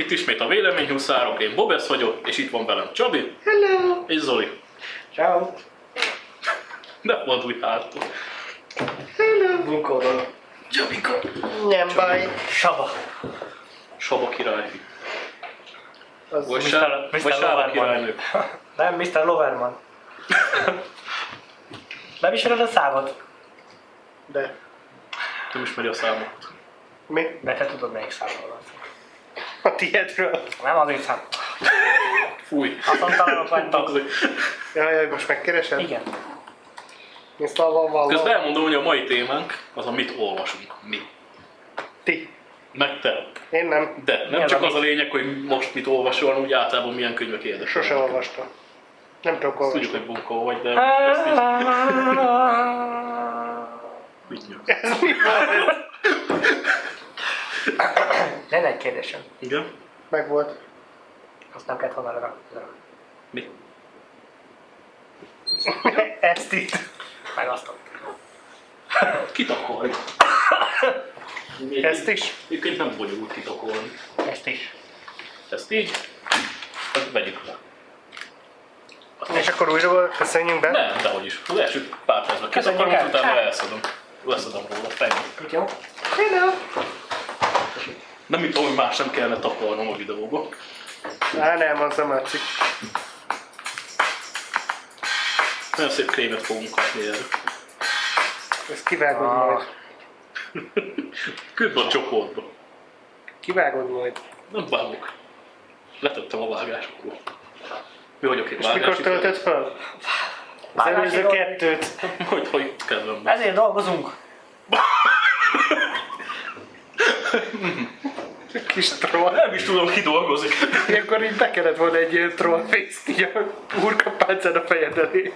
Itt ismét a véleményhuszárok, én Bobesz vagyok, és itt van velem Csabi. Hello! És Zoli. Ciao! Ne fordulj hátul. Hello! Munkodon. Csabika. Nem baj. Saba. Saba király. Az Vagy Mr. Sába Loverman. királynő. Nem, Mr. Loverman. Nem ismered a számot? De. Nem ismeri a számokat. Mi? De te tudod, melyik számról van. A tiédről? Nem az én szám. Fúj. Haszontalanok vagytok. Jaj, most megkeresed? Igen. Szóval van Közben elmondom, hogy a mai témánk az a mit olvasunk. Mi. Ti. Meg te. Én nem. De nem Milyen csak a az a lényeg, hogy most mit olvasol, hanem úgy általában milyen könyvek érdekes. Sose olvastam. Nem tudok Azt tudjuk, olvasni. hogy bunkó vagy, de ezt is. Mit nyom? Ez mi volt? Lenne egy kérdésem. Igen? Meg volt. Azt nem kellett volna lerakni. Mi? Ezt itt. Meg azt. Kit akarj? Ezt is? Egyébként nem bonyolult kitakolni. Ezt is. Ezt így, ezt vegyük le. És akkor újra köszönjünk be? Nem, dehogy is. Az első pár percben kitakolom, Köszönjük el. utána elszedom. Leszedem róla, fejlő. Mit jó? Hello! Nem mit tudom, hogy más nem kellene takolnom a videóba. Nem, az nem látszik. Nagyon szép krémet fogunk kapni erre. Ezt kivágod majd. Küld be a csoportba. Kivágod majd. Nem vágok. Letettem a vágásokról. Mi vagyok egy És mikor vágási töltöd fel? Az előző Vágásig- kettőt. Majd, hogy kedvem van. Ezért dolgozunk. Kis troll. Nem is tudom kidolgozni. Ilyenkor így be kellett volna egy ilyen troll face-t így a hurkapálcán a fejed elé.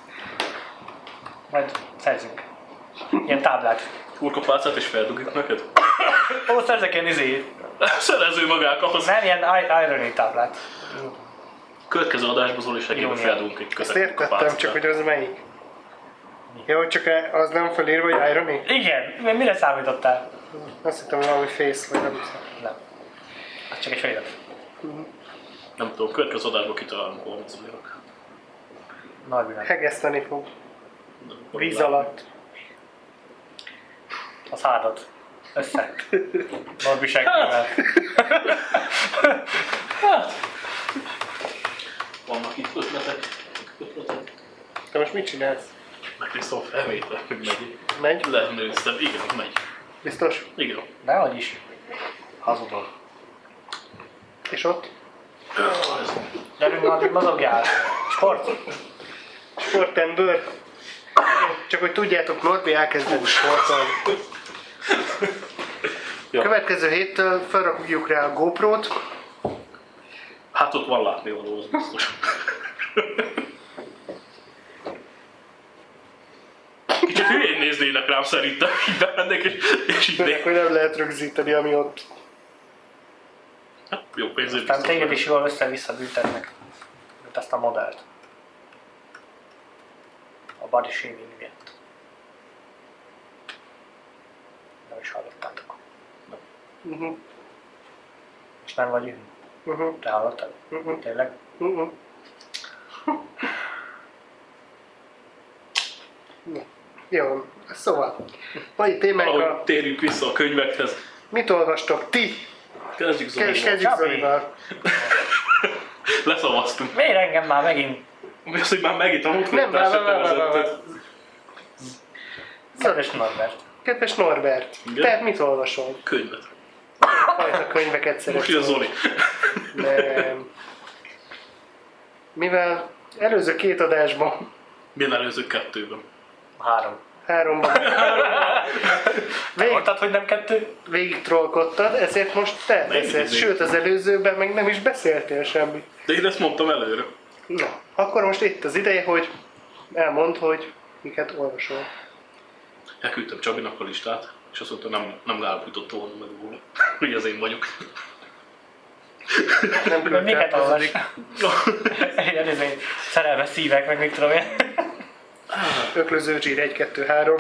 Majd szerzünk. Ilyen táblát. Hurkapálcát és feldugjuk neked. Ó, szerzek ilyen izé. Szerező magákhoz. Nem ilyen irony táblát. Következő adásban Zoli segítve Irónia. feldugunk egy Ezt között értettem, csak hogy az melyik. Jó, csak az nem felírva, hogy irony? Igen, mire számítottál? Azt hittem valami face, vagy nem hiszem. Nem. Az csak egy felirat. Nem tudom, következő adásban kitalálunk valamit Zolinak. Nagy világ. Hegeszteni fog. Víz alatt. A szádat. Össze. Norbi seggével. Vannak itt ötletek. Te most mit csinálsz? Megnéztem a felvételt, hogy megy. Megy? Lenőztem. Igen, megy. Biztos? Igen. Nehogy is. Hazudod. És ott? Gyerünk, addig mozogjál. Sport. Sportember. Csak hogy tudjátok, Norbi elkezdett sportolni. Ja. Következő héttől felrakjuk rá a GoPro-t. Hát ott van látni való, az biztos. Kicsit hülyén néznének rám szerintem, így bemennek és így Főleg, hogy nem lehet rögzíteni, ami ott. Hát, jó pénzért Nem biztos. téged is jól össze-vissza büntetnek. Mint ezt a modellt. A body shaming miatt. Nem is hallottátok. És nem vagy ühű. Te hallottad? Tényleg? Jó, szóval, mai témánk Ahogy a... térjünk vissza a könyvekhez. Mit olvastok ti? Kezdjük Zolival. Kezdjük Csabi. Zolival. Leszavaztunk. Miért engem már megint? Mi az, hogy már megint a múltkor Nem, vezetted. Kedves Norbert. Kedves Norbert, Igen? te mit olvasol? Könyvet. Fajta könyveket Most szeretsz. jön Zoli. Nem. Mivel előző 2 adásban, Milyen előző 2-ben? 3. 3-ban Mondtad, hogy nem 2? végig trollkodtad, ezért most te beszélsz. idézés. Sőt, az előzőben meg nem is beszéltél semmit. De én ezt mondtam előre. Na, akkor most itt az ideje, hogy elmondd, hogy miket olvasol. Elküldtem Csabinak a listát, és azt mondta, nem állapított volna meg róla. Hogy az én vagyok. Nem küldtem Miket az olvas? egyik Ilyen izé, szerelmes szívek, meg mit tudom én. öklöző zsír 1, 2, 3.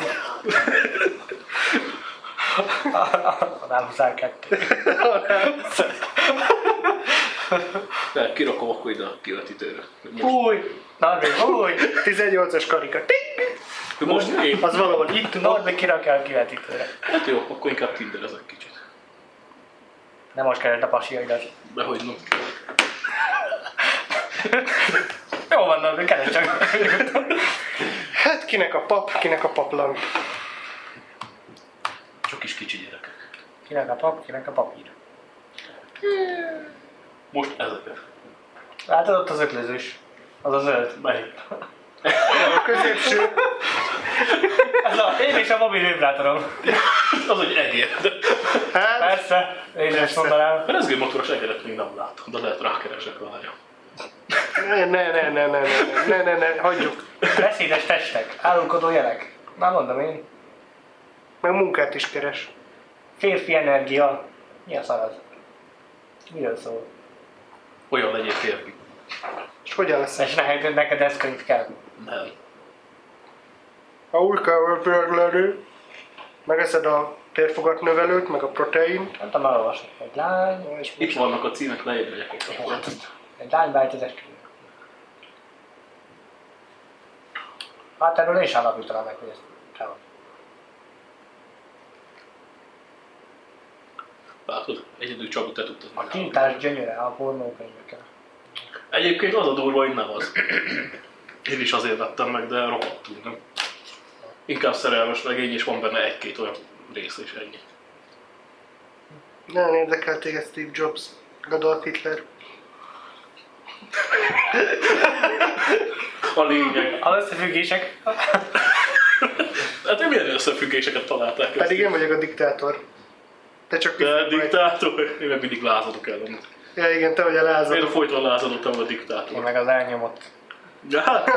A nem 22. De kirakom akkor ide a kivetítőre. Fúj! Norbi, fúj! 18-as karika. Ting! Most én... Az valahol itt. Norbi kirakja a kivetítőre. Hát jó, akkor inkább tinderezek kicsit. Nem most keresd a pasiaidat. Dehogy nem. Jó van, Norbi, keresd csak. Hát kinek a pap, kinek a paplan. Csak is kicsi gyerekek. Kinek a pap, kinek a papír. Most ezeket. Látod ott az öklözős? Az a zöld. Melyik? A középső. Ez a, én és a mobil vibrátorom. Az egy egér. Hát, Persze, én is mondanám. A rezgőmotoros egeret még nem látom, de lehet rákeresek várja. ne, hagyjuk. Beszédes testek, árulkodó jelek. Már mondom én. Meg munkát is keres. Férfi energia. Mi a szar az? Miről szól? Olyan legyél férfi. És hogyan lesz? És neked ez könyv kell. Nem. Ha úgy kell pörgleni, megeszed a térfogat növelőt, meg a protein. Nem tudom elolvasni. Egy lány, És Itt vannak a címek, lejjebb megyek jó, hát ott. egy lány beállít az esküvőre. Hát erről én is állapítanám meg, hogy ez kell. Látod? Egyedül Csabi, te tudtad A meg. tintás gyönyöre a pornókönyveken. Egyébként az a durva, hogy nem az. Én is azért vettem meg, de rohadtul, nem? Inkább szerelmes legény, és van benne egy-két olyan rész, és ennyi. nem érdekel téged Steve Jobs, Adolf Hitler. A lényeg. Az összefüggések. Hát milyen összefüggéseket találták ezt? Pedig én vagyok a diktátor. Te csak De vagy. diktátor, én meg mindig lázadok ellen. Ja igen, te vagy a Én lázadó. folyton lázadottam a Én diktátor. meg az elnyomott. Ja, hát,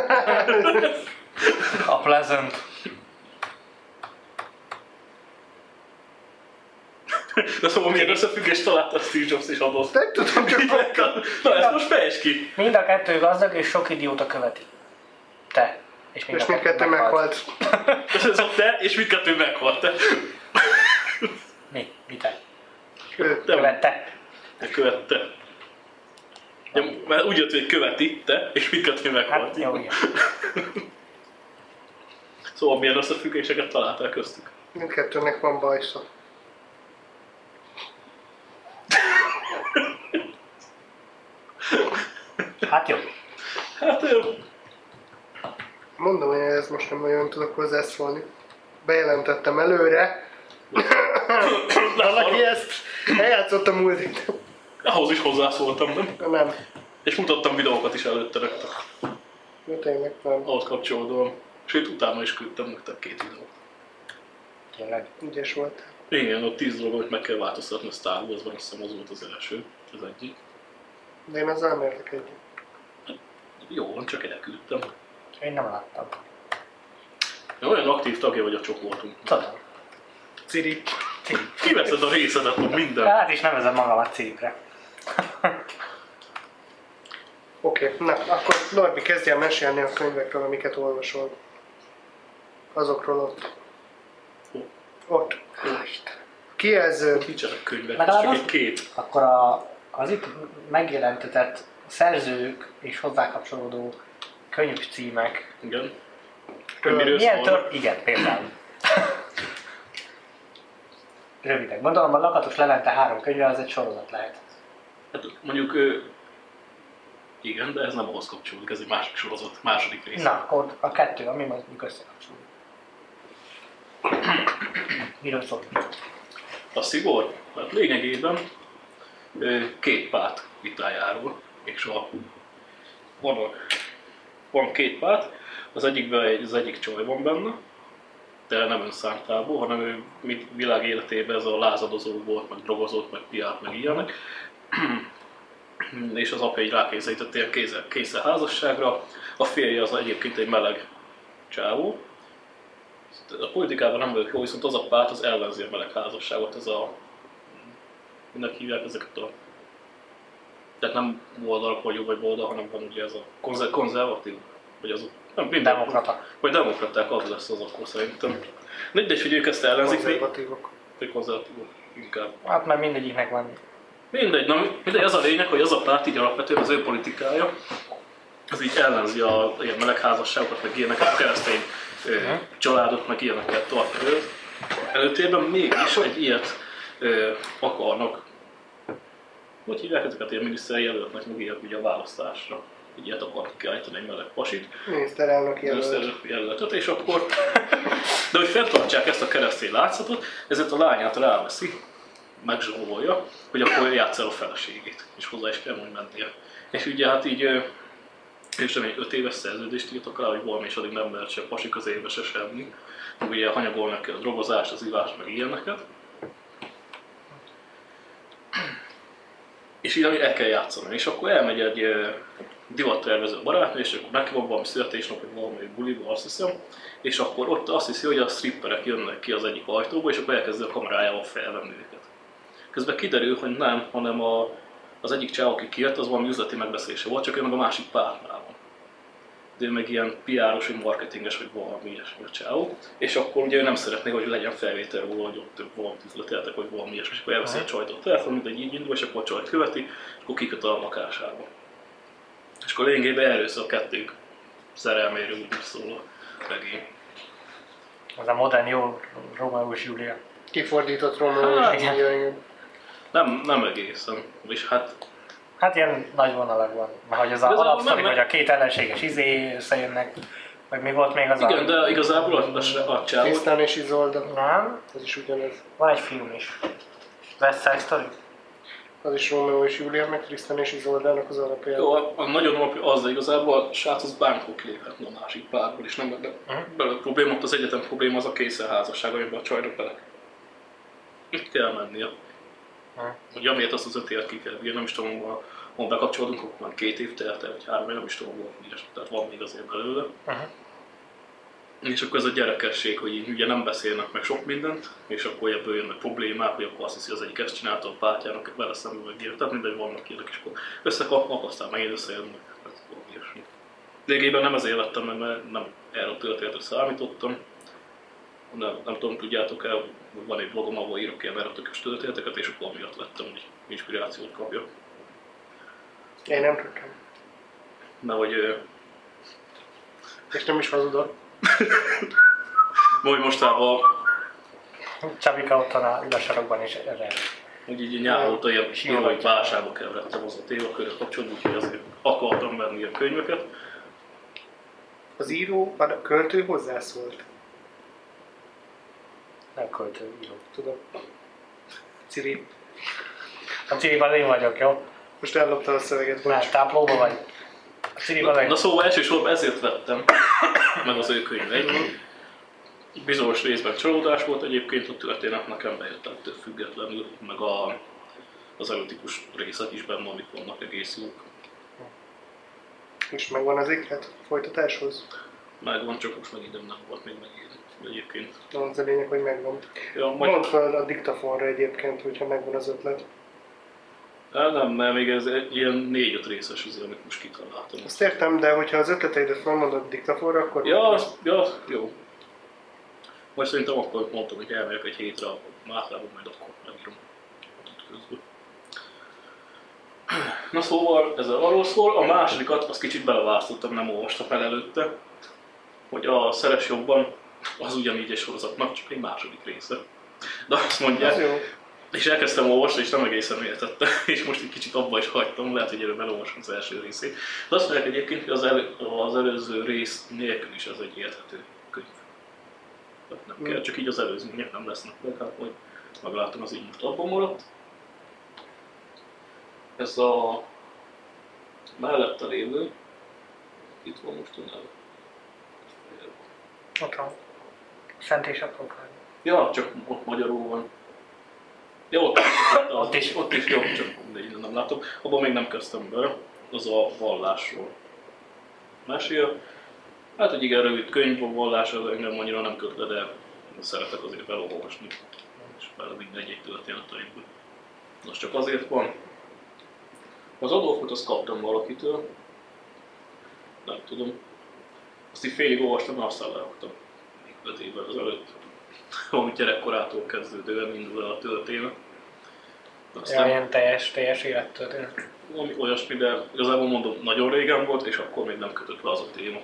A pleasant. de szóval milyen összefüggést találta Steve Jobs és Adolf? Nem tudom, csak Na ezt most fejtsd ki! Mind a kettő gazdag és sok idióta követi. Te. És és mindkettő meghalt. Ez a te, és mindkettő meghalt te. Mi? Mi te? Ő. Követte. Te követte. Ja, mert úgy jött, hogy követi, te, és mindkettő meghalt. Hát jó, igen. Szóval milyen összefüggéseket találtál köztük? Mindkettőnek van bajsza. Hát jó. Hát jó. Mondom, hogy ez most nem nagyon tudok hozzászólni. Bejelentettem előre. Valaki ezt eljátszott a múlt héten. Ahhoz is hozzászóltam, nem? Nem. És mutattam videókat is előtte nektek. Jó, tényleg nem. Ahhoz kapcsolódóan. Sőt, utána is küldtem nektek 2 videót. Tényleg. Ügyes volt. Igen, ott 10 dolog, amit meg kell változtatni a Star Wars-ban, azt hiszem az volt az első, az egyik. De én azzal nem értek egyet. Jó, van, csak elküldtem. Én nem láttam. Olyan aktív tagja vagy a csoportunk. Tudom. Ciri. Kiveszed a részedet, meg minden. Hát is nevezem magamat Ciripre. Oké, na, akkor Norbi kezdj el mesélni a könyvekről, amiket olvasol. Azokról ott. Ott. Kijelző. Nincsenek könyvek, Meg ez csak az- egy kép. Akkor az itt megjelentetett szerzők és hozzá kapcsolódó könyvcímek. Igen. Hogy miről Milyen szólnak? Igen, például. Rövidek. Gondolom a Lakatos Levente 3 könyve az egy sorozat lehet. Hát mondjuk, igen, de ez nem ahhoz kapcsolódik, ez egy másik sorozat, második rész. Na, akkor a kettő, ami mondjuk összekapcsolódik. Miről szól? A szigor? Hát lényegében 2 párt vitájáról, és van 2 párt, az egyik csaj van benne, de nem önszántából, hanem ő világ életében ez a lázadozó volt, meg drogozott, meg piált, meg ilyenek. És az apja így rákényszerített ilyen kényszer házasságra. A férje az egyébként egy meleg csávó. A politikában nem vagyok jó, viszont az a párt az ellenzi a meleg házasságot, ez a... Minek hívják ezeket a... Tehát nem oldalakvagyó vagy oldal, hanem van ugye ez a konzervatív, vagy az... Nem, minden, Demokrata. vagy demokraták, az lesz az akkor szerintem. Mindegy, hogy ők ezt ellenzik, Konzervatívok. vagy konzervatívok inkább. Hát mert mindegyiknek van Mindegy, mindegy, az a lényeg, hogy az a párt így alapvetően az ő politikája, az így ellenzi a ilyen melegházasságokat, meg ilyeneket, a keresztény családot, meg ilyeneket tart előtérben mégis egy ilyet akarnak. Hogy hívják ezeket ilyen miniszteri jelöltnek, meg ilyet ugye a választásra. Így ilyet akarnak kiállítani egy meleg pasit. Miniszterelnök jelöltet, és akkor... De hogy fenntartsák ezt a keresztény látszatot, ezért a lányát ráveszi, megzsomolja, hogy akkor játssza a feleségét, és hozzá is kell majd mennie. És ugye hát így, és nem egy 5 éves szerződést írtak rá, hogy valami is addig nem lehet se pasi közébe se semmi. Ugye hanyagolnak ki a drogozást, az ivást, meg ilyeneket. És így el kell játszani. És akkor elmegy egy divattervező barátnő, és akkor neki van valami születésnap, vagy valami buliba, azt hiszem. És akkor ott azt hiszi, hogy a stripperek jönnek ki az egyik ajtóba, és akkor elkezdi a kamerájával felvenni őket. Közben kiderül, hogy nem, hanem az egyik csáv, aki kijött, az valami üzleti megbeszélése volt, csak ő meg a másik pártnál van. De ő meg ilyen PR-os, vagy marketinges, vagy valami ilyesmi a csáv. És akkor ugye ő nem szeretné, hogy legyen felvétel róla, hogy ott valamit üzleteltek, vagy valami ilyesmi, és akkor elveszi a csajt a telefon, mindegy így indul, és akkor a csajt követi, és akkor kiköt a lakásába. És akkor lényegében először a kettők szerelméről úgy szól a regény. Az a modern jó Rómeó és Júlia. Kifordított Rómeó és Júlia. Nem egészen. És hát ilyen nagy vonalakban. Mert hogy az alapsztori, hogy a két ellenséges összejönnek, vagy mi volt még az igen, de igazából a csávó... Tristan és Isolde. Nem? Az is ugyanez. Van egy film is. West Side Story? Az is Rómeó és Júlia, meg Tristan és Isoldának az alapja. Jó, a nagyon alapja az, de igazából a srác az bármikor kiléphetne a másik párból, és nem bele a probléma, ott az egyetlen probléma az a kényszerházasság, amiben a csajnak bele. Itt kell mennie. Ugye amiért azt az 5 évet ki kell bírni, nem is tudom, ha bekapcsolódunk, akkor már 2 év telt el, vagy 3 év, nem is tudom, volt ilyesmi, tehát van még azért belőle. És akkor ez a gyerekesség, hogy így ugye nem beszélnek meg sok mindent, és akkor ebből jönnek problémák, hogy akkor azt hiszi, az egyik ezt csinálta a pártjának, vele szemben megírta, tehát mindegy, vannak ilyenek, és akkor összekapnak, aztán megint összejönnek, tehát valami ilyesmi. Végében nem ezért vettem meg, mert nem erre a történetre számítottam. Nem tudom, tudjátok el, van egy blogom, ahol írok ilyen erotikus történeteket, és akkor amiatt vettem, hogy inspirációt kapjak. Én nem tudtam. Mert hogy... És nem is hazudott. Majd mostában... Csabika otthon a üvesarokban is erre. Úgy így nyár óta ilyen írói válságba keveredtem az a témakörre kapcsolatban, úgyhogy azért akartam venni ilyen könyveket. Az író, a költő hozzászólt. Nem költő, író. Tudom. Ciri. A Ciriban én vagyok, jó? Most ellopta a szöveget, bocs. Már táplóba vagy. A Ciriban vagy. Na szóval elsősorban ezért vettem meg az ő könyveit. Bizonyos részben csalódás volt egyébként, a történet nekem bejött ettől függetlenül, meg az erotikus részek is benne, amik vannak egész jók. És megvan az iklet folytatáshoz? Megvan, csak most megint nem volt még megírni egyébként. Na, az a lényeg, hogy megvan. Ja, majd... Mondd fel a diktafonra egyébként, hogyha megvan az ötlet. Nem, mert még ez ilyen 4-5 részes azért, amit most kitaláltam. Azt értem, de hogyha az ötleteidet felmondod diktafonra, akkor... Ja, jó. Vagy szerintem akkor mondtam, hogy elmegyek egy hétre, általában majd akkor megírom közben. Na szóval ez arról szól, a másodikat azt kicsit beleválasztottam, nem olvastam el előtte, hogy a Szeress jobban az ugyanígy egy sorozatnak, csak egy második része. De azt mondják, és elkezdtem olvasni, és nem egészen értettem, és most egy kicsit abba is hagytam, lehet, hogy előbb elolvasom az első részét. De azt mondják egyébként, hogy az előző rész nélkül is ez egy érthető könyv. Nem kell, csak így az előzmények nem lesznek meg, hát majd meglátom, az így most abban maradt. Ez a mellette lévő, itt van most a neve. Ott van. Szent és aprókány. Ja, csak ott magyarul van. Ja, ott is jó, csak innen nem látom. Abban még nem kezdtem bele, az a vallásról mesél. Hát, hogy igen, rövid könyv, a vallás, az engem annyira nem köt le, de szeretek azért elolvasni. És belevinni egy-egy történeteimbe. Most csak azért van. Az Adolfot azt kaptam valakitől. Nem tudom. Azt így félig olvastam, aztán leraktam. Még 5 évvel ezelőtt. Valami gyerekkorától kezdődően indul el a történet. Aztán ilyen teljes élettörténet. valami olyasmi, de igazából mondom, nagyon régen volt, és akkor még nem kötött le az a téma.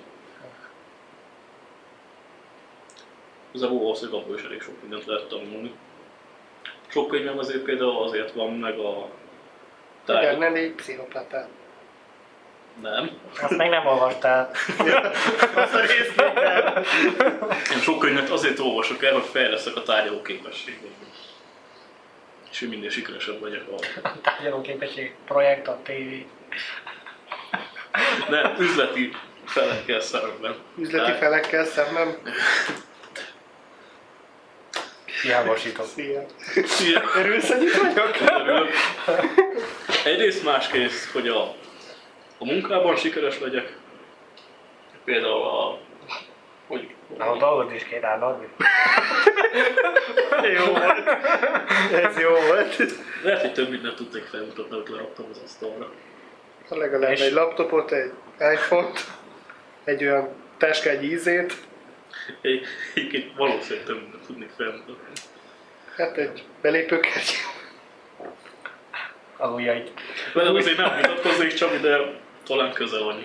Igazából valószínűleg abból is elég sok mindent lehet tanulni. Sok könyvem azért például azért van meg a Igen, ne légy pszichopatát. Nem. Azt még nem olvastál. Azt a részt még nem. Én sok könyvet azért olvasok el, hogy fejleszek a tárgyaló képességben. És hogy minél sikeresebb vagyok a... Tárgyalóképesség, projekt, a tévé. Nem, üzleti felekkel szemben. Üzleti felekkel szemben. Kiháborító. Szia. Szia. Örülsz, hogy itt vagyok? Örülök. Egyrészt másrészt, hogy a munkában sikeres legyek. Például hogy Na, a dolgod is kéne állni. Jó volt. Ez jó volt. lehet, hogy több mindent tudnék felmutatni, hogy leraktam az asztalra. Legalább És- egy laptopot, egy iPhone-t, egy olyan táskágy ízét, Egyébként valószínűleg több mindent tudnék felmutatni. hát egy belépőkártya. Az ujjait. Velem azért nem mutatkoznék, Csabi, de talán közel annyi.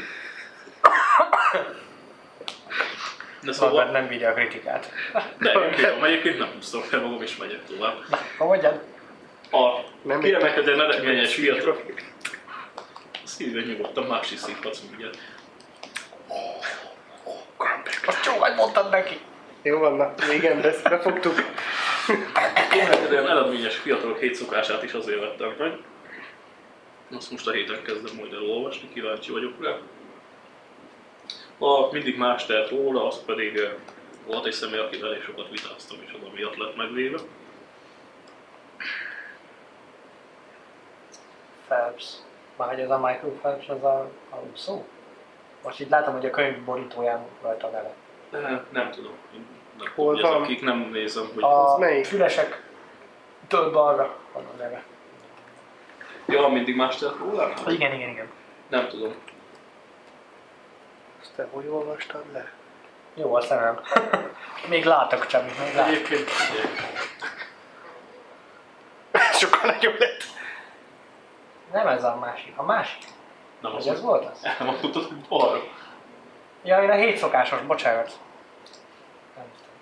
De Szóval szóval... nem vigyel a kritikát. De én bírom, egyébként nem húztam fel magam, és megyek tovább. Ha mondjad. A Nem kiemelkedően eredményes fiatal... Szívben nyugodtan, más is szívhatsz mindjárt. Azt jó, hogy mondtad neki. Jó van, na, igen, de ezt befogtuk. Kiemelkedően eredményes fiatalok 7 szokását is azért vettem meg. Azt most a héten kezdem majd elolvasni, kíváncsi vagyok rá. A mindig más tehet róla, az pedig volt egy személy, akivel elég sokat vitáztam, és az amiatt lett megvéve. Phelps. Már hogy ez a Michael Phelps, az a úszó? Most itt látom, hogy a könyv borítóján rajta a neve. Nem tudom. Én nem Hol tudom, van? akik nem nézem, hogy... A melyik? fülesek több balra van a neve. Ja, mindig más tehet róla? Igen. Nem tudom. Ezt te hogy olvastad le? Jó a szemem. Még látok, Csabi, még látok. Egyébként... Sokkal nagyobb lett. Nem ez a másik. A másik? Nem Hogy az ez volt az? Nem azt tudtad, hogy balra. Ja, én a 7 szokásos, bocsánat. Nem tudom.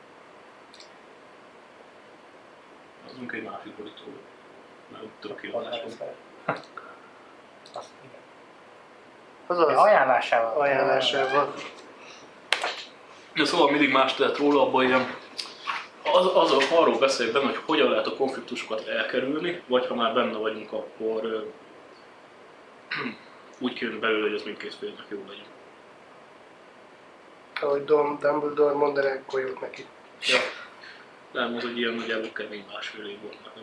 Az mondjuk egy másik borító. Nem tök Hol kiadás lehet van. ez fel? Azt igen. Azaz, Ja, ajánlásával. ajánlásával. De szóval mindig más tehet róla, abban ilyen... Arról beszélek benne, hogy hogyan lehet a konfliktusokat elkerülni, vagy ha már benne vagyunk, akkor úgy kijön belőle, hogy az mindkét félnek jó legyen. Ahogy Dumbledore mondaná, akkor jót neki. Ja. Nem, az egy ilyen nagyjából kemény másfél év volt nekem.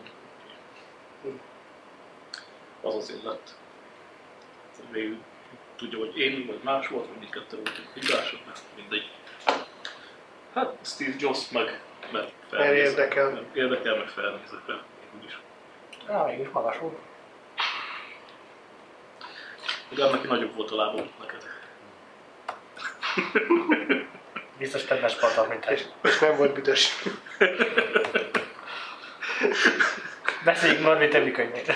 Az azért lett. Végül tudja, hogy én vagy más volt, vagy mindkettő voltunk hibások, mert mindegy. Hát Steve Jobs meg, mert érdekel. Mert érdekel, meg felnézek rá. Úgyis. Ja, mégis magas úr. Legalább neki nagyobb volt a lábam, mint neked. Biztos többes sportot, mint egy. És nem volt büdös. Beszéljük Norbi többi könyvét.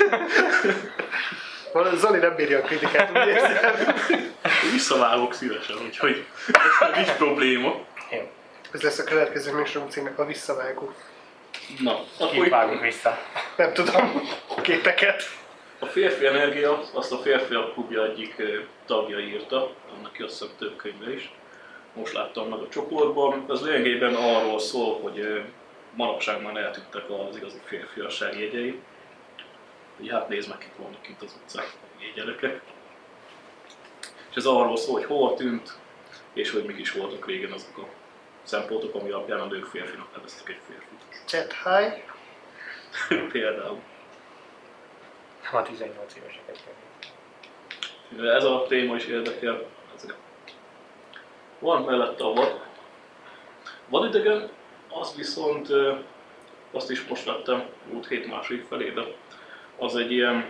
Zoli nem bírja a kritikát, úgy érzem. Visszavágok szívesen, úgyhogy ez nincs probléma. Jó, Ez lesz a következő műsorunk címnek, a visszavágó. Na, kit akkor vágunk vissza. Nem tudom, képeket. a Férfi Energia, azt a Férfiak Klubja egyik tagja írta, annak ki azt hiszem több könyve is. Most láttam meg a csoportban. Ez lényegében arról szól, hogy manapság már eltűntek az igazi férfiasság jegyei. Hogy hát nézd meg, kik vannak kint az utcán, így gyerekek. És ez arról szól, hogy hol tűnt, és hogy mik is voltak régen azok a szempontok, ami alapján a nők férfinak neveztek egy férfit. Chat high. Például. Nem a 18 éveseket kell. Ez a téma is érdekel. Ezért. Van mellette a vadidegen, az viszont azt is most vettem múlt hét második felébe. Az egy ilyen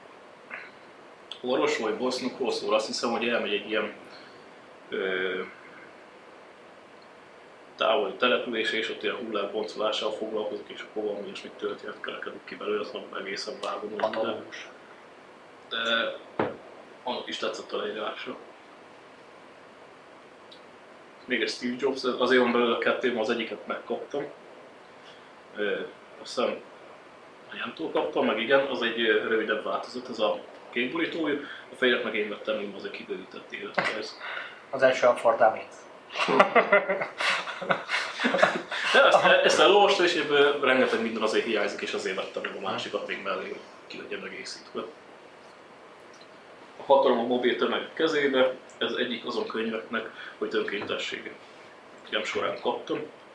orvos vagy bossnokról szól, azt hiszem, hogy elmegy egy ilyen távoli település, és ott ilyen hullámboncolással foglalkozik, és akkor valami ilyesmit történet kerekedik ki belőle, azt mondom, egészen vágom. De annak is tetszett a leírása. Még egy Steve Jobs, azért van belőle 2, az egyiket megkaptam. Azt hiszem anyámtól kaptam, meg igen, az egy rövidebb változat, ez a kék borítójú, a fejlet meg én vettem, én az egy kibővített életrajz. Az első a For Dummies. De ezt elolvastam, és ebből rengeteg minden azért hiányzik, és azért vettem meg a másikat még mellé, hogy ki legyen egészítve. A hatalom a mobil tömeg kezébe, ez egyik azon könyveknek, hogy önkéntessége. Nem során kaptam.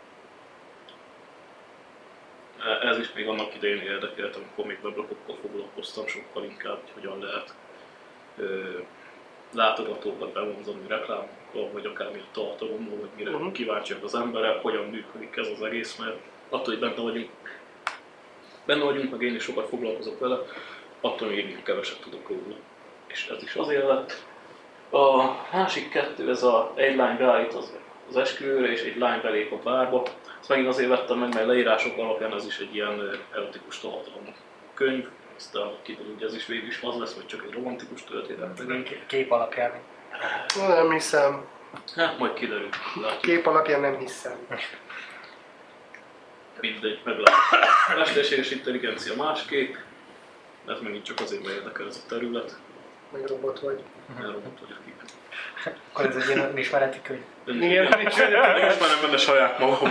Ez is még annak idején érdekelt, amikor még weblapokkal foglalkoztam, sokkal inkább, hogy hogyan lehet látogatókat bevonzani reklámokkal, vagy akármilyen tartalommal, vagy mire kíváncsiak az emberek, hogyan működik ez az egész, mert attól, hogy benne vagyunk, meg én is sokat foglalkozok vele, attól még én keveset tudok róla. És ez is azért lett. A másik 2, ez egy lány beállít az esküvőre, és egy lány belép a bárba. Ezt megint azért vettem meg, mert leírások alapján ez is egy ilyen erotikus tartalom könyv. Aztán kiderül, hogy ez is végül is az lesz, vagy csak egy romantikus történet. Kép alapján. Nem hiszem. Hát majd kiderül. Kép alapján nem hiszem. Mindegy, meglátjuk. A mesterséges intelligencia másképp. Ez megint csak azért, mert érdekel ez a terület. Meg robot vagy. Mert robot vagyok, igen. Akkor ez egy ilyen ismereti könyv. Igen, Megismerem benne saját magam.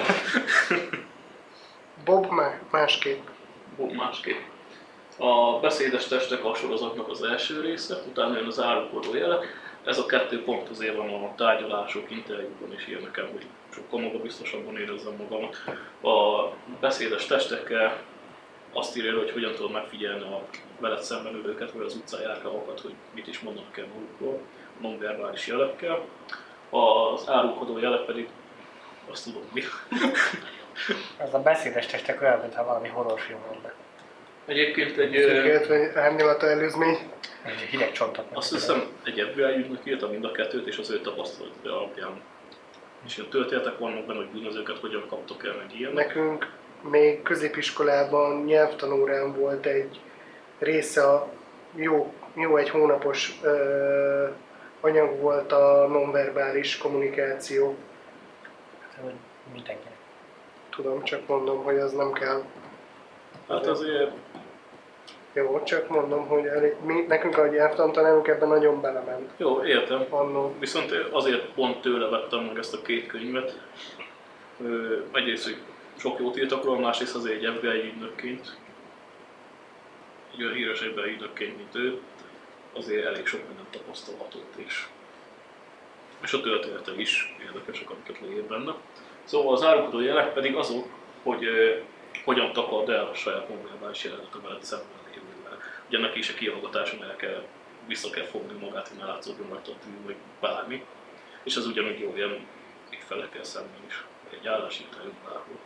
Bob másképp. Bob másképp. A beszédes testek a sorozatnak az első része, utána jön az árulkodó jelek. Ez a 2 pont azért van a tárgyalások, interjúkban is ír nekem, hogy sokkal magabiztosabban érezzem magamat. A beszédes testekkel azt írja, hogy hogyan tudod megfigyelni a veled szemben ülőket, vagy az utcán járkálókat, hogy mit is mondanak el magukról, nonverbális jelekkel. Az árulkodó jelek pedig azt tudom mi. Ez a beszédes testek olyan, mintha valami horrorfilm volna. Egyébként egy... Árnyalata előzmény. Egy hideg csontot. Azt hiszem, egy FBI ügynök írta mind a 2-t, és az ő tapasztalat alapján. És ilyen történetek vannak benne, hogy bűnözőket hogyan kaptok el, meg ilyenek. Nekünk még középiskolában nyelvtanórán volt egy része, jó egy hónapos anyag volt a nonverbális kommunikáció. Mindenkinek. Tudom, csak mondom, hogy az nem kell. Hát azért... Jó, csak mondom, hogy nekünk a nyelvtantanárunk ebben nagyon belement. Jó, értem. Annó. Viszont azért pont tőle vettem meg ezt a 2 könyvet. Egyrészt, hogy sok jót írtak róla, másrészt azért egy FBI ügynökként, egy olyan híres FBI ügynökként, mint ő, azért elég sok mindent tapasztalhatott is. És a történetek is érdekesek, amiket leír benne. Szóval az árulkodó jelek pedig azok, hogy hogyan takard el a saját nonverbális jelenet a veled szemben lévővel. Ugye neki is a kihallgatáson vissza kell fogni magát, hogy ne látszódjon rajta a tűn, vagy bármi. És ez ugyanúgy jó ilyen felekkel szemben is. Egy állásinterjú bárhol.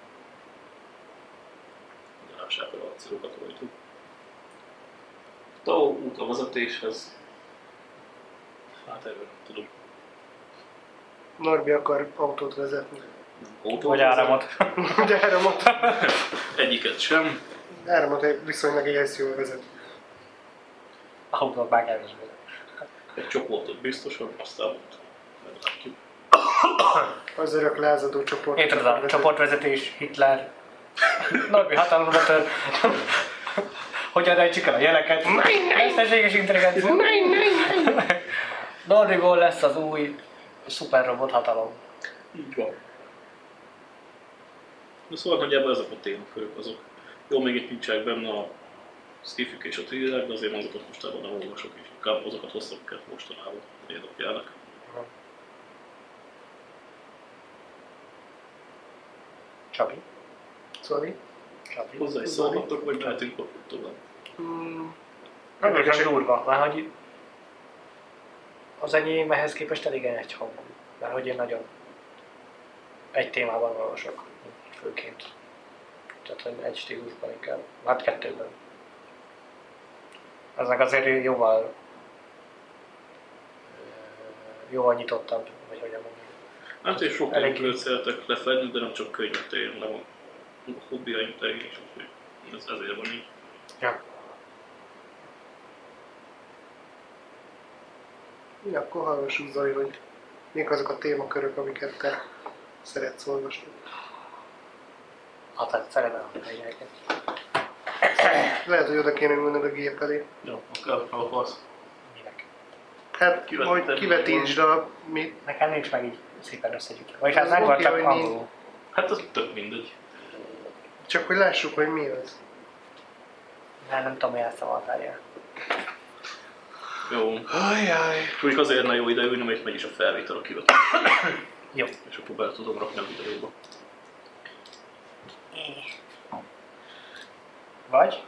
Lássák a akciókat rajtuk. Tao út a vezetéshez. Hát erről nem tudom. Norbi akar autót vezetni. Vagy áramot. Vagy áramot. Egyiket sem. Áramot viszonylag egész jól vezet. Autót már kevésbé. Egy csoportot biztosan, aztán meglátjuk. Az örök lázadó csoport. Én tudom, a csoportvezetés, Hitler, Norbi hatalomra tör. Hogyan rejtsük el a jeleket? Mesterséges intelligencia. Norbiból lesz az új szuperrobot hatalom. Így van. De szóval nagyjából ezek a témakörök azok. Jó, még itt nincsenek benne a sci-fik és a thriller, de azért azokat mostában nem olvasok, és inkább azokat hosszak kell mostanában érdekjelnek. Csabi. Sorry. Csabi. Hozzá is szólhattok, vagy mehetünk tovább. Nagyon durva, már hogy az enyém ehhez képest elég egyhangú, mert hogy én nagyon egy témában olvasok, főként. Tehát egy stílusban inkább, hát 2-ben. Ezek azért jóval nyitottabb, vagy hogyan mondjam. Hát én sok Elég könyvet szeretek lefedni, de nem csak könyvet, tényleg a hobbiaim teljesen is, úgyhogy ez ezért van így. Ja. Ja, akkor hallgassuk Zoli, hogy mik azok a témakörök, amiket te szeretsz olvasni. Hát szeretem a könyveket. Lehet, hogy oda kéne ülnöd a gép elé. Jó, akkor akarsz. Minek? Hát, Kivetíted hogy kivetítsd a mit. Nekem nincs meg így szépen összegyűjtve. Vagyis hát Az nem volt oké, csak hogy angolul. Hát az tök mindegy. Csak hogy lássuk, hogy mi az. Nem tudom, hogy ezt a valtárja. Jó. Ajjaj. Mondjuk azért ne jó ide ülni, mert itt megy is a felvétel a kivetés. Jó. És akkor bele tudom rakni a videóba. Vagy?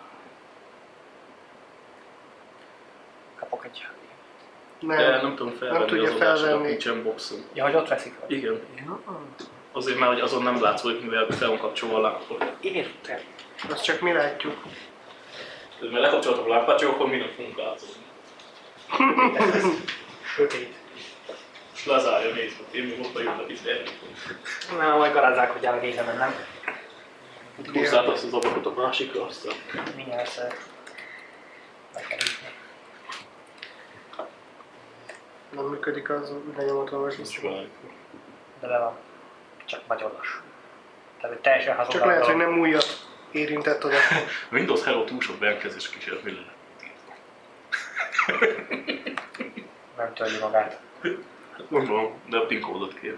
Kapok egy... De nem tudom felvenni tudja az adásodat, felvenni. nincsen boxom. Ja, hogy ott veszik vagy? Igen. Azért, mert hogy azon nem látszódik, mivel fel van kapcsolva a lámpot. Értem. Azt csak mi látjuk. Mert lekapcsoltam a lámpát, csak akkor mi nem fogunk látszódni. Sötét. És lezárja, nézd, hogy én még ott vagyok, itt elnyitom. Na, majd garázzák, hogy el a gézemen, nem? Húzzát azt az ablakot a másikra, aztán... Mindjárt össze... Meg kell hívni. Nem működik az lenyomat olvasni. De le van. Csak nagyon lassú. Tehát egy teljesen hazug Csak lehet, hogy nem újat érintett oda. Windows Hello túl sok bejelentkezés kísérlet, mi lenne? Nem törli magát. Gondolom, de a PIN kódot kér.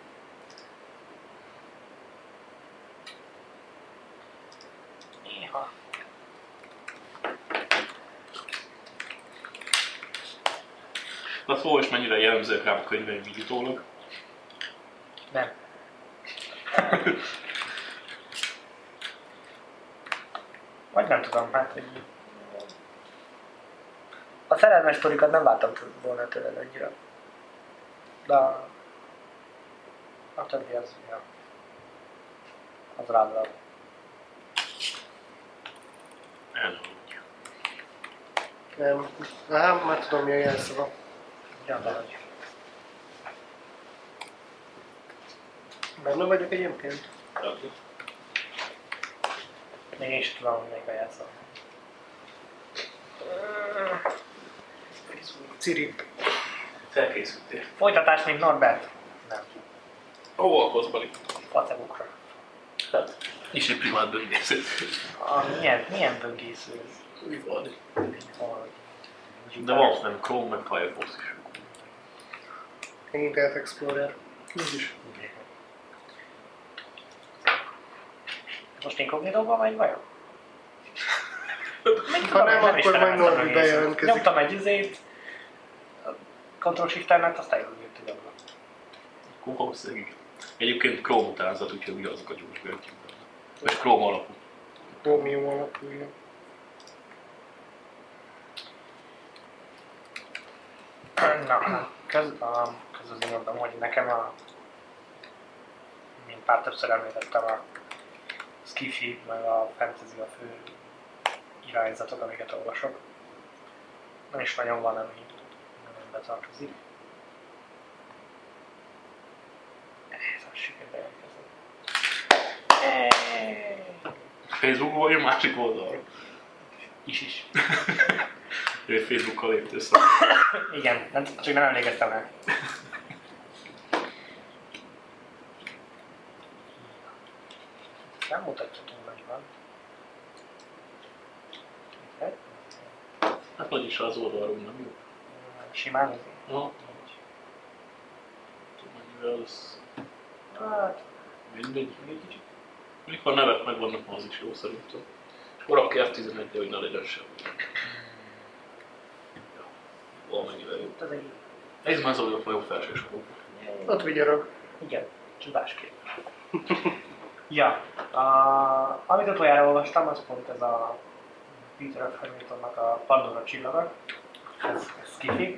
Néha. Na szóval is mennyire jellemzők rám a könyveim így utólag. Nem. Vagy nem tudom, hát hogy... A szerelmes sztorikat nem vártam volna tőled annyira. De a többi az, ja. Az rád rá. Elhallgatja. Nem. Aha, már tudom mi a jelszava. Ja, de hogy. Benne vagyok egyébként. Még én is tudom, hogy még bejátszom. Cirip. Felkészültél. Folytatás, mint Norbert? Nem. Hova akarsz, Bali? Facebukra. Hát, is egy privát böngésző. Milyen böngésző ez? Mi van? Hol? De van nem Chrome, meg Firefox is. Internet Explorer. Ez is. Most inkognitóban vagy vajon? Ha nem, akkor majd Norbi bejelentkezik. Nyomtam egy izét, Ctrl-Shift-Ernet, aztán jól jött egy ablak. Akkor valószínűleg. Egyébként Chrome utánzat, úgyhogy mi azok a gyors bőrtjük benne. Vagy Chrome alapú. Chromium alapú. Na, közben mondom, hogy nekem mint pár többször említettem, a skifi, meg a fantasy a fő irányzatok, amiket olvasok. Nem is nagyon van, ami nem betartozik. Ez a siker bejelentkezett. Facebookon vagy a másik oldalon? Is. Ő Facebookkal lépte össze. Igen, csak nem emlékeztem el. Nem mutatja túl nagyban. Hát vagyis az oldalról nem jó. Simán ez? No. Mennyivel lesz? Hát, Mindegy. Mikor a nevek megvannak, az is jó szerintem. És akkor rakj F11-de, hogy ne legyen sem. Valamennyivel jó. ez egy... Nézd már Zoli, ott vagyok felsősorban. Ott vigyarog. Igen, csodásképp. Ja, amit utoljára olvastam, az pont ez a Peter F. Hamiltonnak a Pandora csillaga. Ez skifi.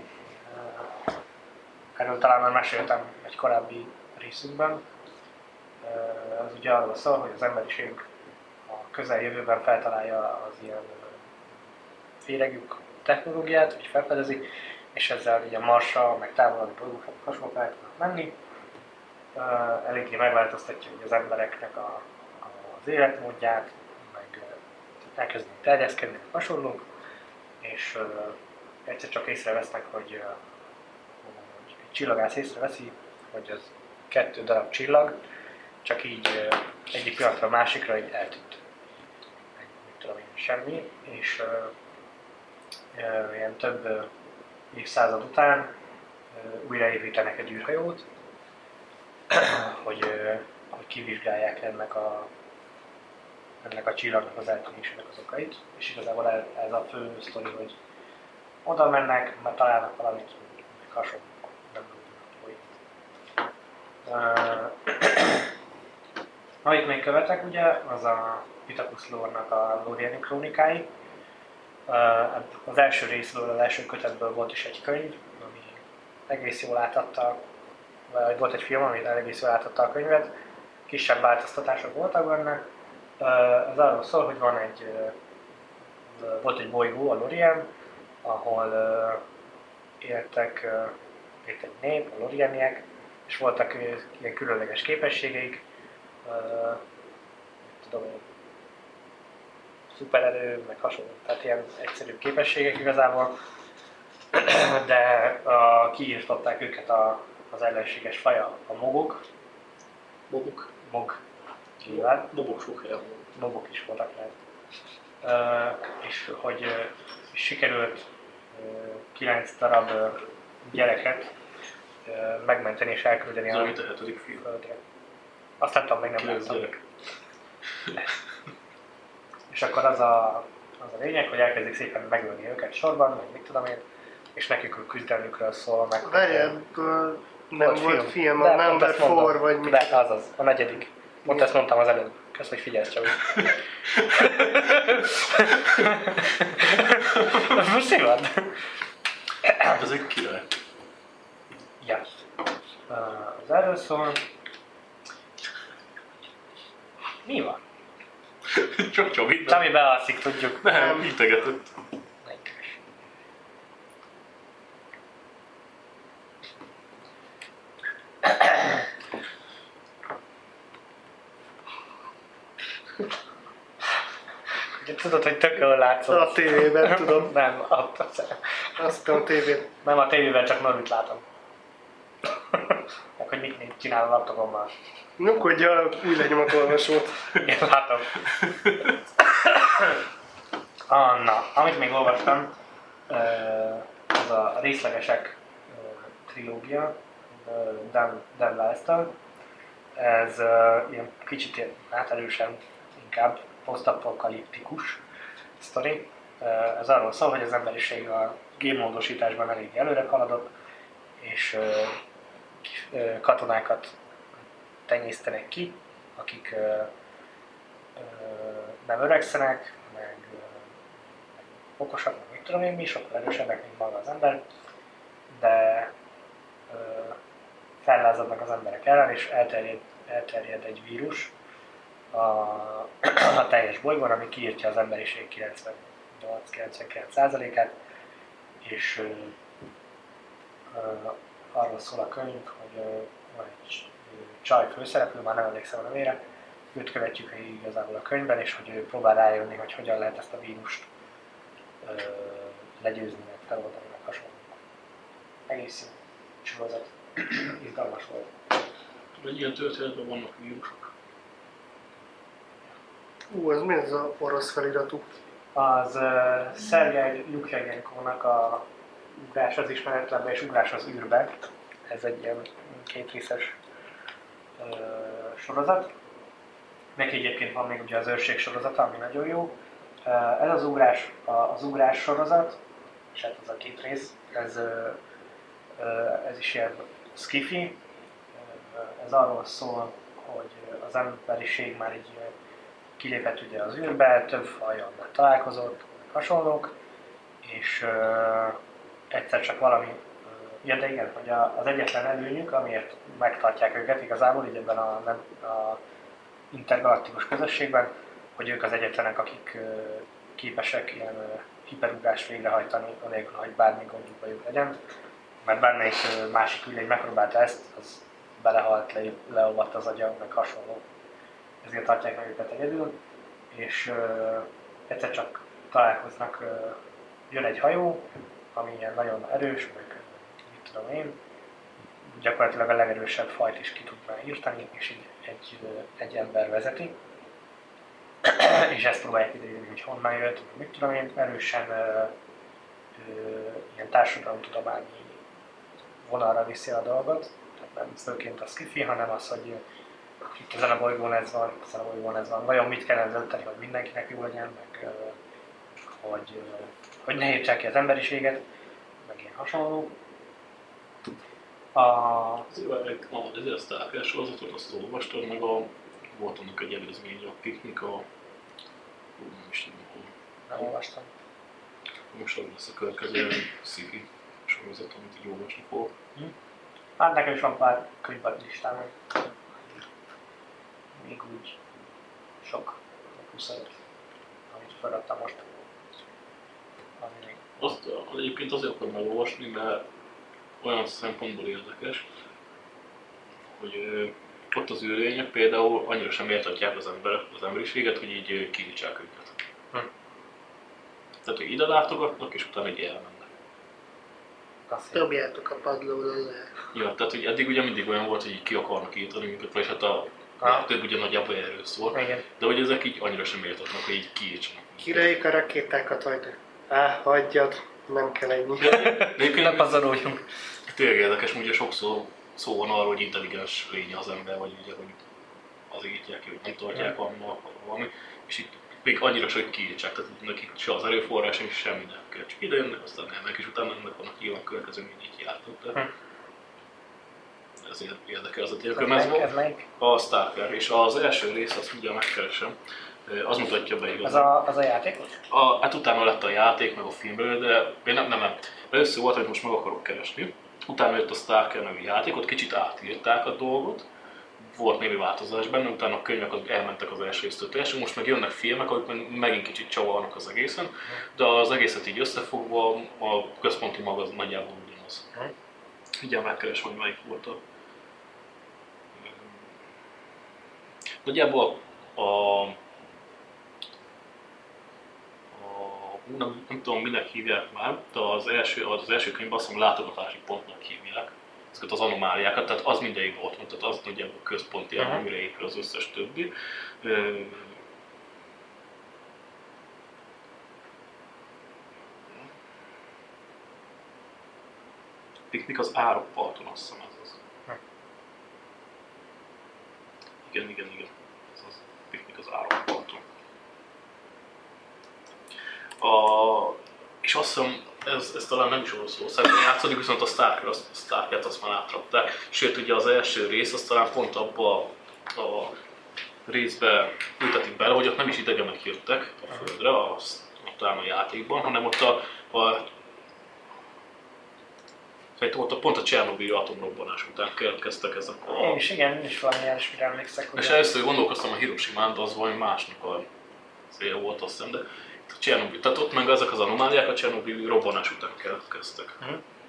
Erről talán már meséltem egy korábbi részünkben. Ez ugye arról szól, hogy az emberiség a közeljövőben feltalálja az ilyen féregjuk technológiát, hogy felfedezi, és ezzel így a Marsra, meg távolabbi bolygókra hasonlókra el tudnak menni. eléggé megváltoztatja az embereknek az életmódját, meg elkezdenek terjeszkedni, hasonlók, és egyszer csak észrevesznek, hogy egy csillagász észreveszi, hogy az 2 darab csillag, csak így egyik pillanatra a másikra így eltűnt. Mit tudom én, semmi, és ilyen több évszázad után újraépítenek egy űrhajót, hogy kivizsgálják ennek a csillagnak az eltűnésének az okait, és igazából ez a fő sztori, hogy oda mennek, mert találnak valamit, meg hasonló, nem tudom, amit még követek, ugye, az a Pittacus lore-nak a Lorieni krónikái. Az első részből, az első kötetből volt is egy könyv, ami egész jól átadta, vagy volt egy film, ami egész jól átadta a könyvet, kisebb változtatások voltak benne. Ez arról szól, hogy volt egy bolygó, a Lorien, ahol élt egy nép, a Lorieniek, és voltak ilyen különleges képességeik, tudom én, szupererő, meg hasonló, tehát ilyen egyszerű képességek igazából, de kiírtották őket az ellenséges faja, a mogok. Mog. Nyilván. Mobok sok helyen. Mobok is voltak lehet. És hogy sikerült 9 darab gyereket megmenteni és elküldeni a földre. Azt nem tudom, még nem láttam. És akkor az a lényeg, hogy elkezdik szépen megölni őket sorban, vagy mit tudom én, és nekik a küzdelmükről szól meg. Nem volt film, a Number 4 vagy mi? De azaz, a 4. Pont ezt mondtam az előbb. Kösz, hogy figyelsz csak. Most mi van? Ez egy király. Ja. Az erről szól. Mi van? Csak Csabi. Csami bealszik, tudjuk. Nem, integetett. Tudod, hogy tök jól látszott. A tévében, tudom. Nem, azt a tévét. Nem, a tévében csak Norit látom. Meg hogy mit csinál a laptopommal. Nyugodja a új lenyomatolvasót. Igen, látom. Na, amit még olvastam, az a részlegesek trilógia, Dan Lyle-től. Ez ilyen kicsit erősen inkább posztapokaliptikus sztori. Ez arról szól, hogy az emberiség a génmódosításban elég előre haladott, és katonákat tenyésztenek ki, akik nem öregszenek, meg okosak, meg mit tudom én mi, sokkal erősebbek, mint maga az ember, de fellázadnak az emberek ellen, és elterjed egy vírus a teljes bolygón, ami kiírtja az emberiség 98-99%-át, és arról szól a könyv, hogy van egy csaj főszereplő, már nem emlékszem a nevére, őt követjük igazából a könyvben, és hogy ő próbál rájönni, hogy hogyan lehet ezt a vírust legyőzni, meg feloldani, meg hasonló. Egész jó sorozat. Izgalmas volt. Tudod, ilyen történetben vannak vírusok. Az mi ez a orosz feliratú? Az Szergej Lukjanyenkónak a Ugrás az ismeretlenbe és Ugrás az űrbe. Ez egy ilyen 2 részes sorozat. Neki egyébként van még ugye az Őrség sorozata, ami nagyon jó. Ez az ugrás sorozat, és hát az a 2 rész, ez is ilyen skifi. Ez arról szól, hogy az emberiség már így kilépett ugye az űrbe, több fajjal találkozott, hasonlók, és egyszer csak valami, ja de igen, hogy az egyetlen előnyük, amiért megtartják őket igazából így ebben a intergalaktikus közösségben, hogy ők az egyetlenek, akik képesek ilyen hiperugrást végrehajtani, anélkül, hogy bármi gondjuk legyen. Mert bármelyik másik ülény megpróbálta ezt, az belehalt, leolvadt az agya, meg hasonló. Ezért tartják meg őket egyedül, és egyszer csak találkoznak, jön egy hajó, ami ilyen nagyon erős, meg mit tudom én, gyakorlatilag a legerősebb fajt is ki tudná írtani, és így egy ember vezeti. És ezt próbálják kiderülni, hogy honnan jött, mit tudom én, erősen ilyen társadalomtudományi vonalra viszi a dolgot, tehát nem főként a sci-fi, hanem az, hogy itt ezen a bolygón ez van, vajon mit kell ezzel tenni, hogy mindenkinek jó legyen, meg hogy ne értsák ki az emberiséget, meg ilyen hasonló. Ezért a Stalker sorozatot azt olvastad, meg volt annak egy előzménye, a Piknik, nem is tudom, hol. Nem olvastam. Most az lesz a következő sci-fi sorozat, amit így olvasni fogok. Hát nekem is van pár könyvben listám, még úgy sok 25, amit feladtam most. Azt egyébként azért akarom elolvasni, mert olyan szempontból érdekes, hogy ott az űrlények például annyira sem értetják az emberiséget, hogy így kiírtsák őket. Tehát, hogy ide látogatnak, és utána így elmennek. Dobjátok a padlóról le. Ja, tehát hogy eddig ugye mindig olyan volt, hogy így ki akarnak írtani minket, vagy hát a több ugye nagyjából erről szól. Igen. De hogy ezek így annyira sem értetnek, hogy így kiírtsanak. Kilejük a rakétákat, hogy hagyjad, nem kell ennyi. Ne pazaroljunk. Tényleg érdekes, ugye sokszor szó van arról, hogy intelligens lénye az ember, vagy ugye, hogy azért írtják ki, hogy nem tartják valami, és itt még annyira se, hogy kiírtsák, tehát nekik se az erőforrás, és semmi nem kell. Csak ide jönnek, aztán elmennek, és utána ennek vannak nyilván következő, mint így jártak. De ez érdekel az a tényleg. Ez melyik? A Stalker, és az első rész, azt ugye megkeresem, az mutatja be igazán. Az a játék? Hát utána lett a játék, meg a filmből, de én nem. Először volt, hogy most meg akarok keresni. Utána jött a Stalker nevű játék, ott kicsit átírták a dolgot. Volt némi változás benne, utána a könyvek elmentek az első résztől teljesen, most meg jönnek filmek, amik megint kicsit csavarnak az egészen, de az egészet így összefogva a központi maga az nagyjából ugyanaz. Ugye megkeres, hogy melyik volt a... Nagyjából nem tudom minek hívják már, de az első könyvben azt hiszem látogatási pontnak hívják ezeket az anomáliákat, tehát az mindegyik ott van, tehát az nagyjából központi, amire épül az összes többi. Piknik az árokparton, azt hiszem ez az. Igen. Ez az Piknik az árokparton. És azt hiszem, ez talán nem is Oroszországban játszódik, viszont a Stalkert azt már átrakták. Sőt, ugye az első rész, az talán pont abba a részbe ültetik bele, hogy ott nem is idegenek jöttek a Földre, talán a játékban, hanem ott pont a Csernobili atomrobbanás után keletkeztek ezek a... Én is valami ilyesmire emlékszek. És először gondolkoztam a Hiroshimán, de az valami másnak a célja volt, azt hiszem, de Csernobil, tehát ott meg ezek az anomáliák a Csernobili robbanás után keletkeztek.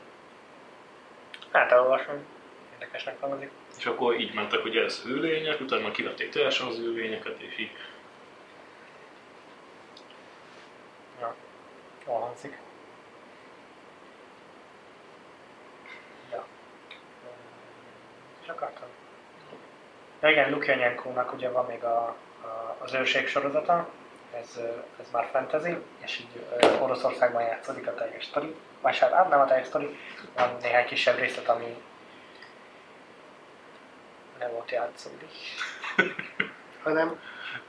Hát elolvasom, érdekesnek hangzik. És akkor így mentek, hogy ez űrlények, utána kivették teljesen az űrlényeket, és így... Ja, jól hangzik. Ja. És akartam. Ja igen, Lukjanyenkónak ugye van még az őrség sorozata. Ez már fantasy, és így Oroszországban játszódik a teljes sztori. Vagy hát nem a teljes sztori, van néhány kisebb részlet, ami nem volt játszódik. Hanem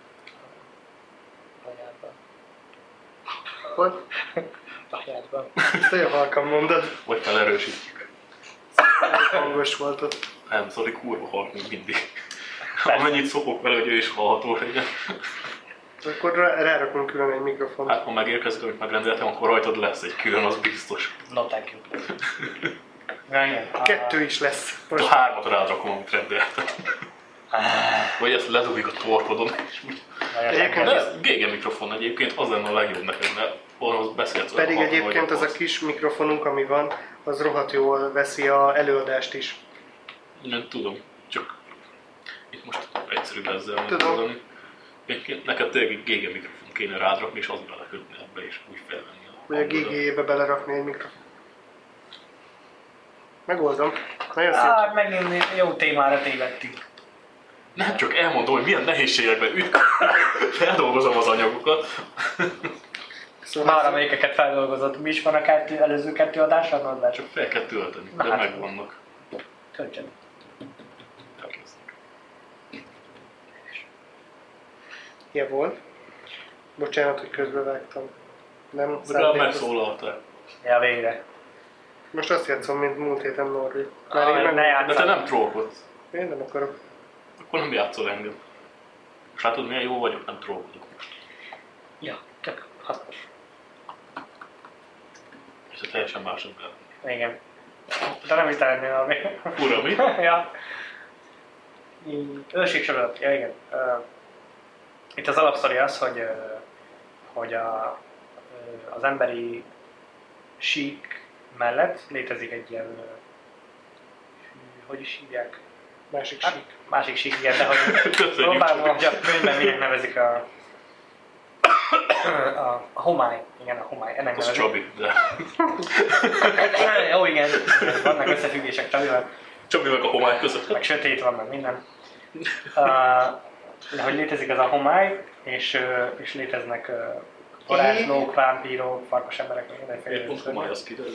Anyádban. hol? Anyádban. Ezt olyan halkan mondod. Vagy felerősítjük. Hangos volt ott. Nem, Zoli kurva halk még mindig. Amennyit szopok vele, hogy ő is hallható legyen. Akkor rárakunk külön egy mikrofont. Hát ha megérkezik, amit megrendeltem, akkor rajtad lesz egy külön, az biztos. No thank you. Ja, igen. 2 is lesz. A 3-at rád rakom, amit rendeltem. Vagy ezt ledobjuk a torkodon. Egyébként Ez GG mikrofon egyébként, az lenne a legjobb neked, mert ahhoz beszélsz. pedig egyébként az a kis mikrofonunk, ami van, az rohadt jól veszi a előadást is. Nem tudom. Csak itt most egyszerűbb ezzel Tudom. mondani. Neked tényleg egy GG mikrofon kéne rád rakni, és azt belekötni ebbe, és úgy felvenni a Vagy a hangodat. GG-be belerakni egy mikrofon. Megoldom. Nagyon szép. Hát megint jó témára tévedtünk. Nem csak elmondom, hogy milyen nehézségekben feldolgozom az anyagokat. Szóval Már amelyikeket feldolgozott, mi is van a előző kettő adásra? Csak fel kell tölteni, de Na hát. megvannak. Töltsön. Elkezdek. ilyen volt. Bocsánat, hogy közbevágtam. Nem Legalább szándékos. megszólaltál. Ja, végre. Most azt játszom, mint múlt héten Norvi. Ah, Már én ne játsszál. De te nem trollkodsz. Én nem akarok. Akkor nem játszol engem. És látod, milyen jó vagyok, nem trollkodok most. Ja, tök hasznos. És ez teljesen más ember. Igen. De nem is tehetnél valami. Ura, mi? Ja. Őrségsorozat, ja igen. Itt az alapsztori az, hogy az emberi sík mellett létezik egy ilyen, hogy is hívják? Másik Hát, sík. másik sík, igen, de hogy Köszönjük. próbálom, hogy a könyvben minek nevezik a homály. Igen, a homály. Ennek Az nevezik. Csabi, de... Jó, igen. Vannak összefüggések Csabival. Csabi meg a homály között. Meg sötét van, meg minden. De hogy létezik ez a homály, és léteznek varázslók, vámpírok, farkas emberek, meg mindenféle. Miért pont homály az kiderül?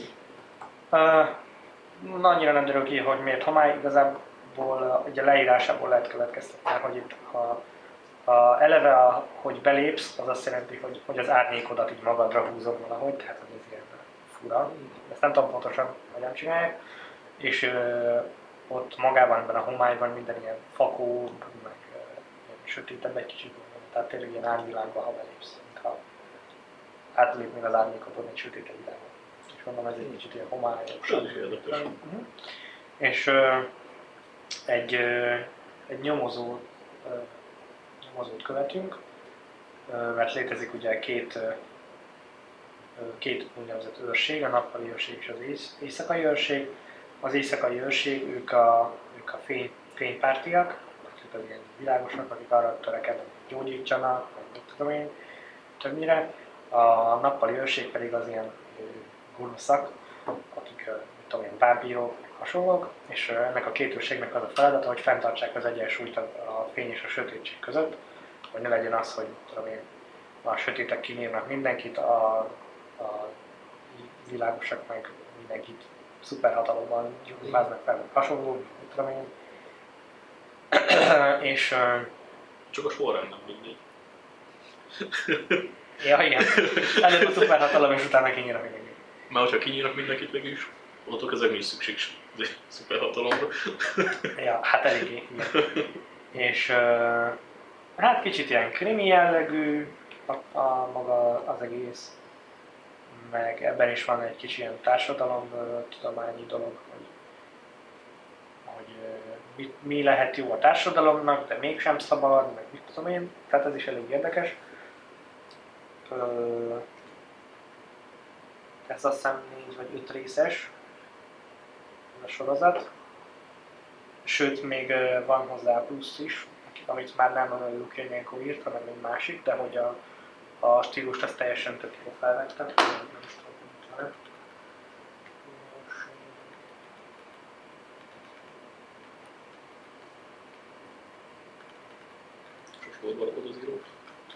Annyira nem derül ki, hogy miért homály, igazából ugye a leírásából lehet következtetni, hogy itt eleve, hogy belépsz, az azt jelenti, hogy az árnyékodat így magadra húzod valahogy, tehát hogy ez ilyen fura. Ezt nem tudom pontosan, hogy nem csinálják. És ott magában ebben a homályban minden ilyen fakó, meg ilyen sötétebb egy kicsit, tehát tényleg ilyen árvilágba, ha belépsz, mintha átlépnél az árnyékodon egy sötétebb világba. És mondom, ez egy kicsit ilyen homályos. Ez is érdekes. És egy nyomozót követünk, mert létezik ugye két úgynevezett őrség, a nappali őrség és az éjszakai őrség. Az éjszakai őrség, ők a fénypártiak, akik az ilyen világosak, akik arra törekednek, hogy gyógyítsanak, vagy mit tudom én, többnyire. A nappali őrség pedig az ilyen gonoszak, akik, mit tudom én, vámpírok, hasonlók, és ennek a két őrségnek az a feladata, hogy fenntartsák az egyensúlyt a fény és a sötétség között, hogy ne legyen az, hogy tudom én, a sötétek kinyírnak mindenkit, a világosak meg mindenkit szuperhatalommal gyújtáznak fel, meg hasonló, mit tudom én. És... Csak a sorrend nem mindegy. ja, igen. Előbb a szuperhatalom, és utána kinyírnak mindenkit. Mert hogyha kinyírnak mindenkit végülis, onnantól kezdve nincs szükség szuperhatalomra. Ja, hát eléggé, igen. És hát kicsit ilyen krimi jellegű maga az egész, meg ebben is van egy kicsi ilyen társadalomtudományi dolog, hogy mi lehet jó a társadalomnak, de mégsem szabad, meg mit tudom én, tehát ez is elég érdekes. Ez azt hiszem 4 vagy 5 részes a sorozat. Sőt, még van hozzá plusz is, amit már nem Lukjanenko írt, hanem egy másik, de hogy a stílust azt teljesen tök jól felvettem. Nem is tudom, mit van. Sos volt valakod az író.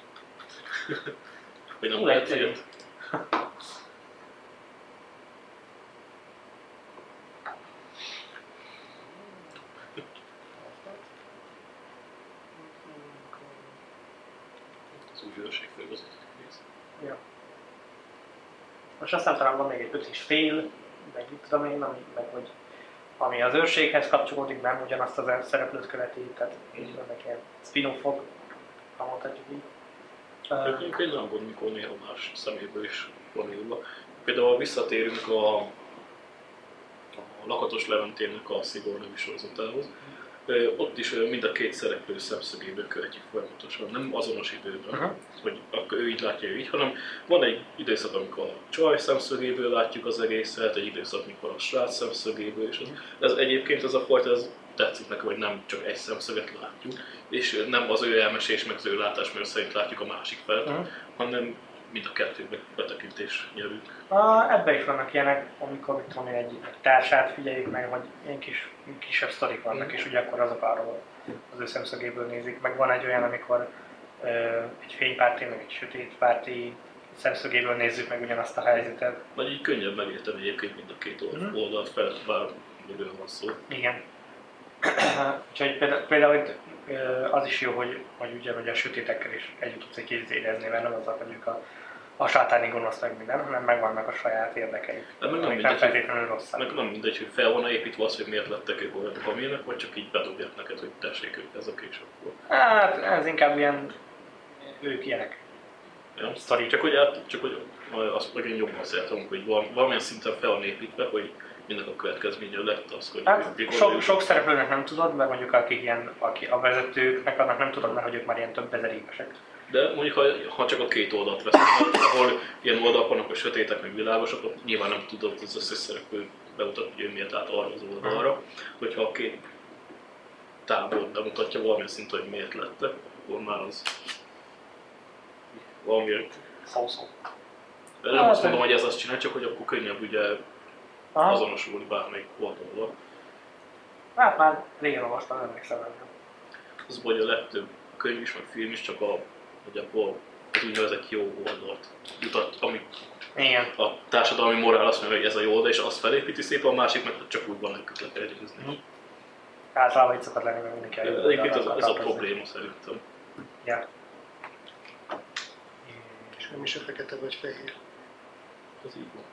Vagy nem Jó, lehet egyszerű. ilyet. Az új őrség fővezető rész. Ja. Most aztán talán van még egy 5,5, meg mit tudom én, ami az őrséghez kapcsolódik, nem ugyanazt az szereplőt követi, tehát vannak ilyen spin-offok, ha mondhatjuk így. Egyébként én nem aggódom, mikor néha más szeméből is van írva. Például visszatérünk a Lakatos Leventénnek a Szigor nevű sorozatához. Ott is mind a két szereplő szemszögéből követjük folyamatosan, nem azonos időben, hogy akkor ő így látja, ő így, hanem van egy időszak, amikor a csaj szemszögéből látjuk az egészet, egy időszak, amikor a srác szemszögéből, és ez egyébként ez a fajta, ez tetszik nekem, hogy nem csak egy szemszöget látjuk, és nem az ő elmesés, meg az ő látásmérő szerint látjuk a másik felet, hanem mind a kettőbe betekintés nyerünk. Ebben is vannak ilyenek, amikor mit tudom, egy társát figyeljük meg, vagy ilyen kisebb sztorik vannak, és ugye akkor azok arról az ő szemszögéből nézik. Meg van egy olyan, amikor egy fénypárti, meg egy sötétpárti szemszögéből nézzük meg ugyanazt a helyzetet. Vagy így könnyebb megérteni egyébként mind a két oldalt fel, bár miről van szó. Igen. Úgyhogy például az is jó, hogy ugyanúgy a sötétekkel is együtt tudsz egy kicsit érezni, mert nem az, hogy ők a sátáni gonosz meg minden, hanem megvannak a saját érdekeik. De meg nem feltétlenül rosszak. Meg nem mindegy, hogy fel van építve az, hogy miért lettek ők olyanok, amilyenek, vagy csak így bedobják neked, hogy tessék ők ezek és akkor. Hát ez inkább ilyen, ők ilyenek. Ja. Csak hogy azt meg én jobban szeretem, hogy valamilyen szinten fel van építve, hogy mindenek a következménye lett az, hogy... Hát, sok szereplőnek nem tudod, mert mondjuk aki a vezetőknek annak nem tudod, mert hogy ők már ilyen több ezer évesek. De mondjuk, ha csak a két oldalt veszed, ahol ilyen oldalak vannak, a sötétek, meg világosak, akkor nyilván nem tudod az összes szereplő bemutatni, hogy ő miért állt arra az oldalra. Hogyha a két tábor bemutatja valamilyen szinten, hogy miért lettek, akkor már az valamiért... Szó. Nem azt mondom, hogy ez azt csinál, csak hogy akkor könnyebb ugye azonosulni bármelyik oldalra. Hát már régen olvastam, emlékszem ennél. Az vagy a legtöbb könyv is, meg film is csak nagyjából az úgynevezett jó oldalt mutat, ami igen. a társadalmi morál azt mondja, hogy ez a jó oldal, és azt felépíti szépen, a másik meg csak úgy van, hogy le kell győzni. Általában így szokott lenni, mert mindenki eljön. Egyébként ez a probléma szerintem. Ja. És nem is a fekete vagy fehér. Ez így van.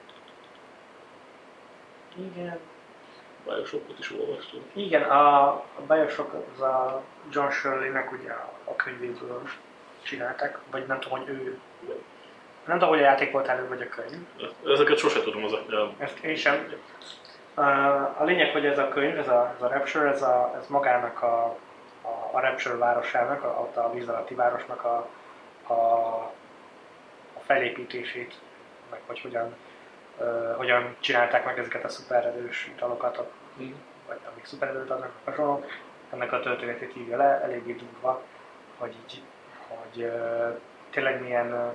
Igen. Bioshockot is olvastam. Igen, a Bioshock az a John Shirley-nek ugye a könyvéből csinálták, vagy nem tudom, hogy ő... Nem tudom, hogy a játék volt elő, vagy a könyv. Ezeket sose tudom azoknál. Ezt én sem. A lényeg, hogy ez a könyv, ez a Rapture, ez magának a Rapture városának, a víz alatti városnak a felépítését, meg hogy hogyan csinálták meg ezeket a szupererős italokat, vagy amik szupererőt adnak hasonlók. Ennek a történetét hívja le, eléggé durva, hogy tényleg milyen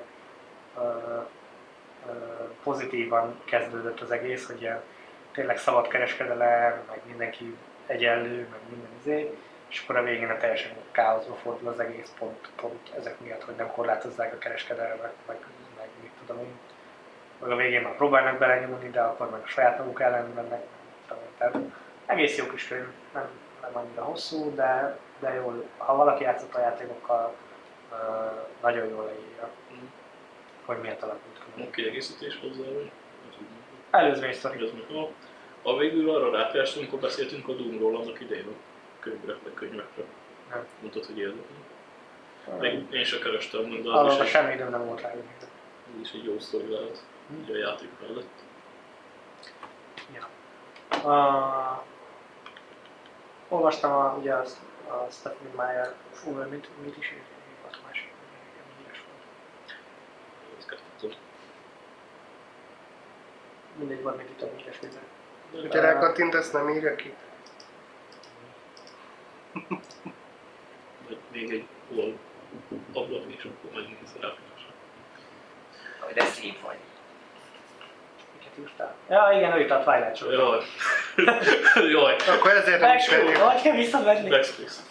pozitívan kezdődött az egész, hogy ilyen tényleg szabad kereskedelem, meg mindenki egyenlő, meg minden izé, és akkor a végén a teljesen káoszba fordul az egész pont ezek miatt, hogy nem korlátozzák a kereskedelmet, meg mit tudom én. Meg a végén már próbálnak belenyúlni, de akkor meg a saját maguk ellen mennek. Tehát egész jó kis könyv, nem annyira hosszú, de jól, ha valaki játszott a játékokkal, nagyon jól leírja, hogy miért alakult ki. Van kiegészítés hozzá, vagy? Előzmény sztori. A végül arra rákerestem, amikor beszéltünk a Doomról annak idején a könyvekre. Nem. Mondtad, hogy érdekel. Még én se kerestem, de az is semmi időm nem volt rá. Ez is egy jó sztori lehet, ugye a játék mellett. Ja. Olvastam ugye a Stephenie Meyer, mit is írt a másik, híres volt. Ezt kezdtem. Mindegy, van még itt a híres minden. Hogyha rákattintasz, nem írja ki. Még egy ablak, és akkor megnézz rá. Hogy de szép vagy. Miket írtál? Ja, igen, ő írt a Twilight Show. Jaj. Jaj. Akkor ezért nem ismerjük. Hogy kell visszavenni? Backspace.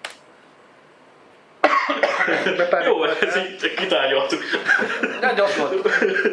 Jó, ez így kitárgyaltuk. De gyors volt.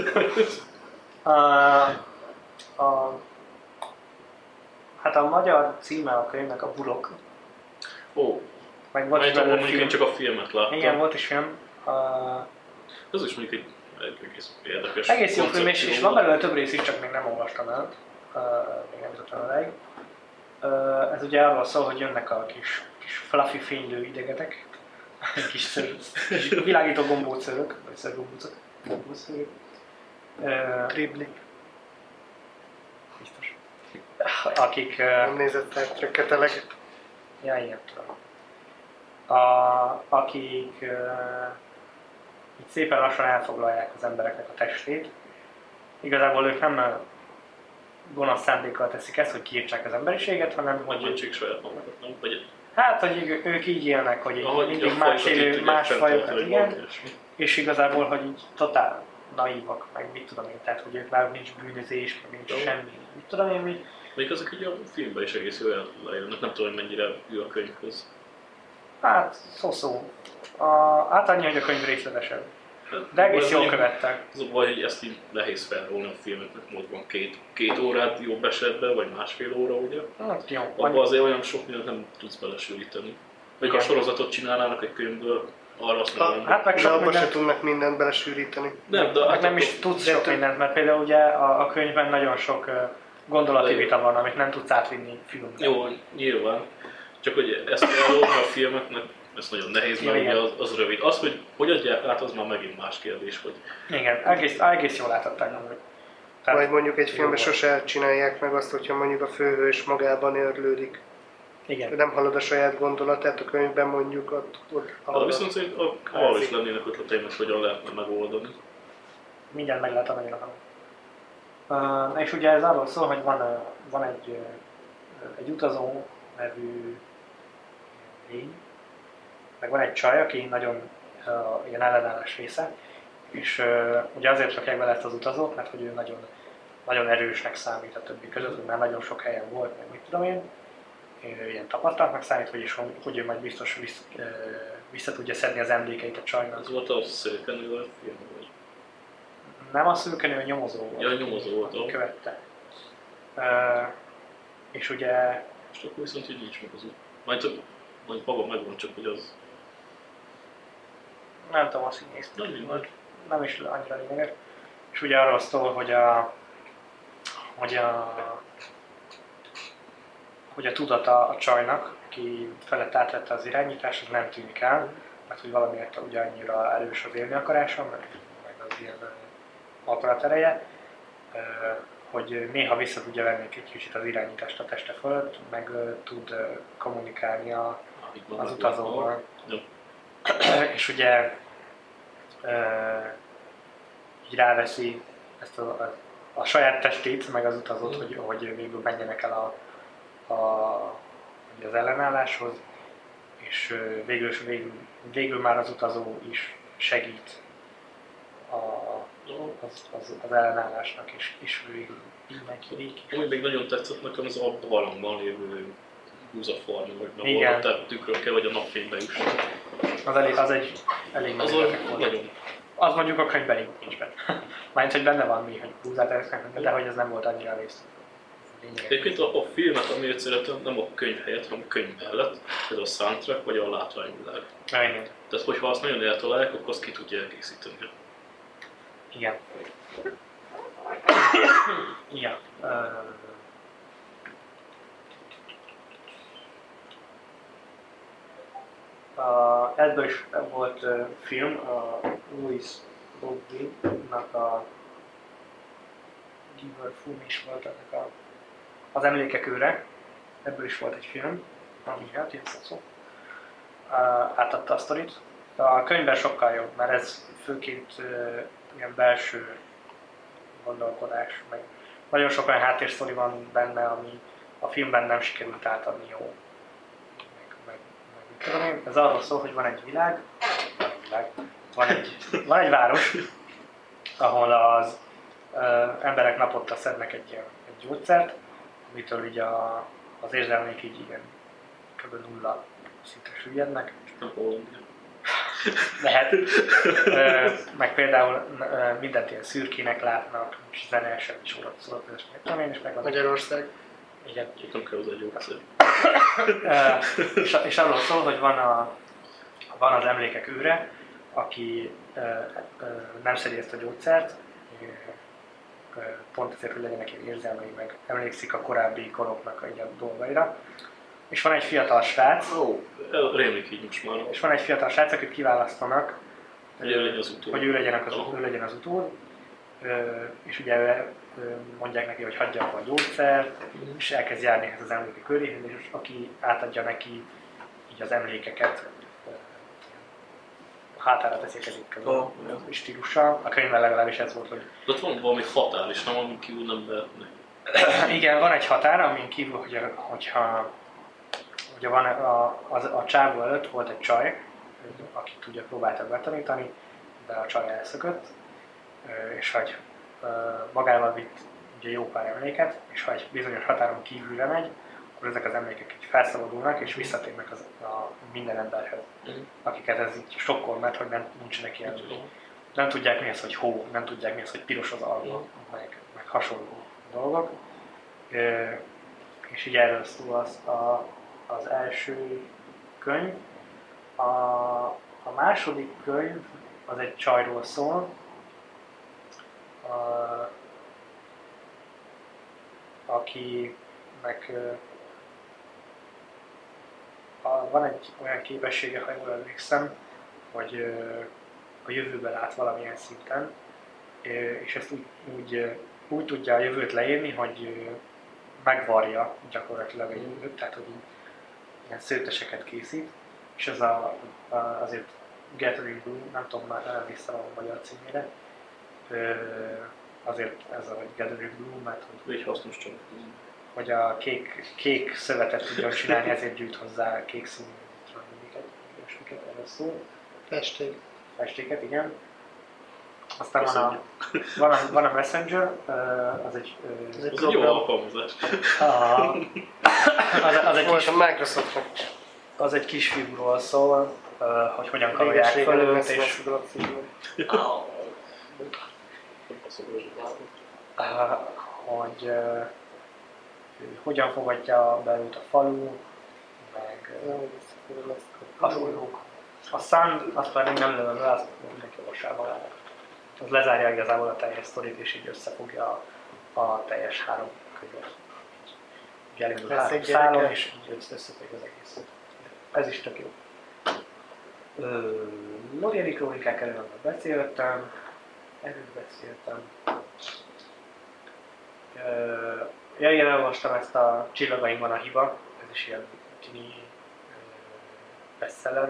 Hát a magyar címe a könyvnek a Burok. Ó. Meg volt is belőle film. Én csak a filmet láttam. Igen, volt is film. Ez is mondjuk egy egész érdekes. Egész jó film, és van belőle több rész is, csak még nem olvastam el. Még nem jutottam odáig. Ez ugye arról szól, hogy jönnek a kis fluffy fénylő idegetek. Kis világító gombócörök, vagy szörgombócok. Gombócörök. Kriblik. Biztos. Akik... Nem nézett Star Trek-et eleget. Ja, igen, tudom. Akik így szépen lassan elfoglalják az embereknek a testét. Igazából ők nem gonosz szándékkal teszik ezt, hogy kiírtsák az emberiséget, hanem Vagy hogy mentsék saját magukat, nem? Vagy hát, hogy ők így élnek, hogy így ahogy mindig a más fajokat élő, így más tudják fajokat, fenntartani, igen. valami ilyesmi. És igazából, hogy így totál naívak, meg mit tudom én, tehát hogy ők náluk nincs bűnözés, meg nincs Jó. semmi, mit tudom én mi. Még azok így a filmben is egész jól leírnak, nem tudom, hogy mennyire jó a könyvhöz. Hát, szó-szó. Hát annyi, hogy a könyv részletesebb. De egész jól követtek. Az a baj, hogy ezt így nehéz felrólni a filmeknek, most van két órát jobb esetben, vagy másfél óra, ugye? Hát jó, Abban azért olyan sok mindent nem tudsz belesűríteni. Még ha a sorozatot csinálnának egy könyvből, arra azt mondanám. Hát meg De sok abban se mindent, tudnak mindent belesűríteni. Nem, de meg hát nem akkor- is tudsz sok mindent, mert például ugye a könyvben nagyon sok gondolati De- vita van, amit nem tudsz átvinni filmre. Jó, nyilván. Csak hogy ezt felrólni a filmeknek, ez nagyon nehéz, mert Igen. ugye az rövid. Az, hogy adják át, az már megint más kérdés, hogy Igen, egész jól átadták amúgy. Tehát- Vagy mondjuk egy filmben jó volt. sose csinálják meg azt, hogyha mondjuk a főhős magában őrlődik. Igen. Nem hallod a saját gondolatát, a könyvben mondjuk ott de hallod. viszont szerint arra is lennének ötleteim, hogy hogyan lehetne megoldani. Mindjárt meg lehet tanulni és ugye ez arról szól, hogy van egy utazó nevű lény, meg van egy csaj, aki nagyon ilyen ellenállás része, és ugye azért rakják bele ezt az utazót, mert hogy ő nagyon, nagyon erősnek számít a többi között, hogy már nagyon sok helyen volt, meg mit tudom én, ilyen tapasztalatnak számít, hogy ő majd biztos vissza tudja szedni az emlékeit a csajnak. Az volt a szőkenő a film, vagy? Nem a szőkenő, a nyomozó volt. Ja, a nyomozó volt, aki ó. követte. És ugye És akkor viszont így nincs meg az út. Majd maga megvan, csak hogy az... nem tudom a színészt, Nem mindegy. nem is annyira lényeges. És ugye arról szól, hogy a tudata a csajnak, aki felett átvette az irányítást, az nem tűnik el, mert hogy valamiért ugye annyira erős az élni akarása, meg az ilyen akaratereje, hogy néha vissza tudja venni egy kicsit az irányítást a teste fölött, meg tud kommunikálni az utazóval. Jó. És ugye így ráveszi ezt a saját testét, meg az utazót, hogy végül menjenek el ugye az ellenálláshoz, és végül már az utazó is segít az ellenállásnak, és végül így meghívik. Ami még nagyon tetszett nekem, az a barlangban lévő húzaforma, vagy Igen. nem tehát tükrökkel, vagy a napfénybe is. Az egy elég Az nagy olyan érdek volt. nagyon... Az mondjuk a könyvben nincs benne. Mármint, hogy benne van mi, hogy húzát esznek, de hogy ez nem volt annyira rész. Egyébként a filmet, amiért szeretem, nem a könyv helyett, hanem a könyv mellett, ez a soundtrack, vagy a látványvilág. Igen. Tehát, hogyha azt nagyon eltalálják, akkor azt ki tudja egészíteni. Igen. Igen. Ebből is volt film, a Louis Bogby-nak a Giver Fum is volt ennek az emlékek őre. Ebből is volt egy film, ami hát ilyen szó. Átadta a sztorit. A könyvben sokkal jobb, mert ez főként ilyen belső gondolkodás, meg nagyon sok olyan háttérsztori van benne, ami a filmben nem sikerült átadni jó. Meg tudom én, ez arról szól, hogy van egy világ, van egy város, ahol az emberek naponta szednek egy gyógyszert, amitől így az érzelmek így igen kb. Nulla szintre süllyednek. Nem Hollandia. Lehet. Meg például mindent ilyen szürkének látnak, és zene sem is szórakozás, meg tudom én is meg van. Magyarország. Igen. Csak nem kell hozzá egy gyógyszer. És arról szól, hogy van az emlékek őre, aki nem szedi ezt a gyógyszert, pont azért, hogy legyenek ilyen érzelmei, meg emlékszik a korábbi koroknak a dolgaira. És van egy fiatal srác, Rémlik így most már. akit kiválasztanak, Hogy ő legyen az utód. hogy ő legyen az utód. És ugye mondják neki, hogy hagyja abba a gyógyszert, és elkezd járni az emléke köréhez, és aki átadja neki így az emlékeket, hátára teszi a kezékkel a stílussal. A könyvben legalábbis ez volt, hogy... De ott van valami határ is, nem, amin kívül nem lehetne. Igen, van egy határ, amin kívül, hogyha ugye van a csávó előtt volt egy csaj, akit ugye próbáltak betanítani, de a csaj elszökött, és hogy magával vitt ugye jó pár emléket, és ha egy bizonyos határon kívülre megy, akkor ezek az emlékek így felszabadulnak, és visszatérnek a minden emberhez, akiket ez így sokkol, mert hogy nincsenek ilyen, nem tudják mi az, hogy hó, nem tudják mi az, hogy piros az alma, meg hasonló dolgok. És így erről szól az első könyv. A második könyv az egy csajról szól, akinek van egy olyan képessége, ha jól emlékszem, hogy a jövőben lát valamilyen szinten, és ezt úgy tudja a jövőt leírni, hogy megvarja gyakorlatilag a jövőt, tehát hogy ilyen szőteseket készít, és ez azért Gathering Bloom, nem tudom, már nem emlékszem a magyar címére, azért ez a Gathering Bloom, mert hogy hasznos csak. Hogy a kék szövetet tudjon csinálni, ezért gyűjt hozzá kék színű ilyesmiket, erről szól. Festéket, igen. Aztán van a Messenger, az egy jó alkalmazás. Az egy kisfiúról szól, hogy hogyan karolják fel őt, és hogy hogyan fogadja be őt a falu, meg hasonlók. A Sun, azt pedig nem lövöm le, azt mindenki olvassál magának. Az lezárja igazából a teljes sztorit, és így összefogja a teljes 3 könyvet. Így elindul 3 szálon, és így összefogja az egészet. Ez is tök jó. Lorieri krónikák erről beszéltem. Én elolvastam ezt a Csillagainkban a hiba, ez is ilyen tini bestseller.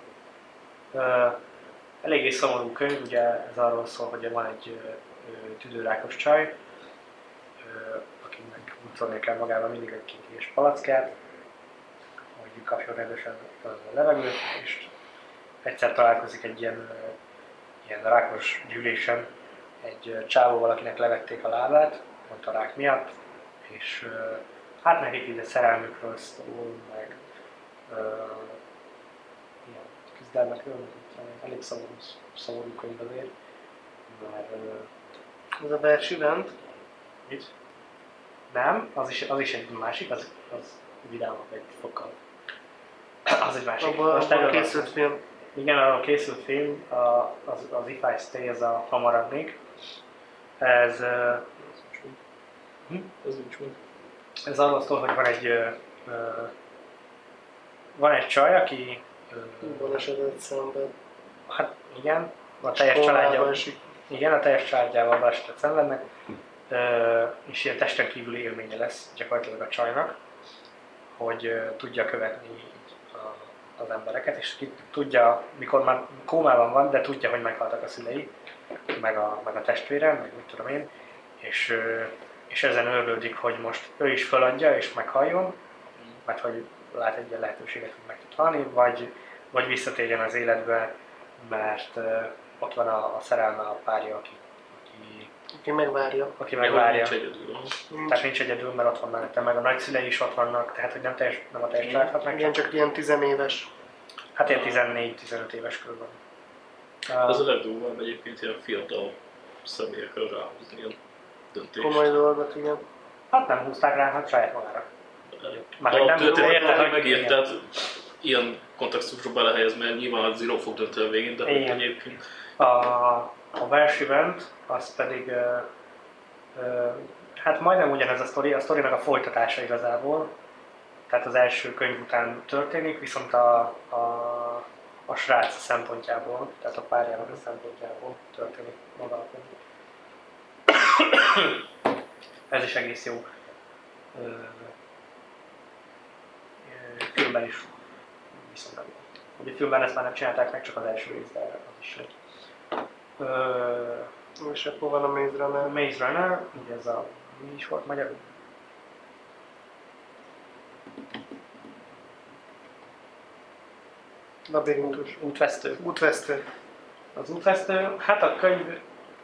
Eléggé szomorú könyv, ugye ez arról szól, hogy van egy tüdőrákos csaj, akinek hurcolnia kell magával mindig egy 2 éves palackát, hogy kapjon rendesen a levegőt, és egyszer találkozik egy ilyen rákos gyűlésen egy csávóval, akinek levették a lábát, pont a rák miatt, és hát nekik így a szerelmükről szól, meg ilyen küzdelmekről, elég szomorú könyv azért, mert... Ez a Bersi Bent? Mit? Nem, az is egy másik, az vidámabb egy fokkal. Az egy másik. Abban készült film. Igen, arról készült film, az If I Stay, ez a Ha maradnék. Ez nincs meg. Ez arról szól, hogy van egy csaj, aki... Balesetet szenved. Hát igen, a teljes családjával balesetet szenvednek, és ilyen testen kívüli élménye lesz gyakorlatilag a csajnak, hogy tudja követni az embereket, és tudja, mikor már kómában van, de tudja, hogy meghaltak a szülei, meg a testvére, meg mit tudom én, és ezen örlődik, hogy most ő is feladja és meghalljon, mert hogy lát egy ilyen lehetőséget, hogy meg tud halni, vagy visszatérjen az életbe, mert ott van a szerelme, a párja, aki megvárja. Nincs egyedül. Tehát nincs egyedül, mert ott van mellette, meg a nagyszülei is ott vannak, tehát hogy nem a teljes család meg. Igen, csak ilyen 10 éves. Hát ilyen 14-15 éves körülben. Ez a legdurvább egyébként ilyen fiatal személyekre ráhozni ilyen döntést. Komoly dolgot, igen. Hát nem húzták rá, hát saját magára. Már a történetet, hogy megírt, tehát ilyen kontextusra belehelyez, mert nyilván a Zero fog dönteni a végén, de hogy egyébként... A Versi Bent, az pedig hát majdnem ugyanez a sztorinak a folytatása igazából. Tehát az első könyv után történik, viszont a srác szempontjából, tehát a párjának a szempontjából történik maga a könyv. Ez is egész jó. Filmben is viszont nem. Ugye a filmben ezt már nem csinálták meg, csak az első rész, de az is egy. És akkor van a Maze Runner. Maze Runner, ugye ez a... mi is volt magyarul? Labirintus. Útvesztő. Útvesztő. Az útvesztő, hát a könyv...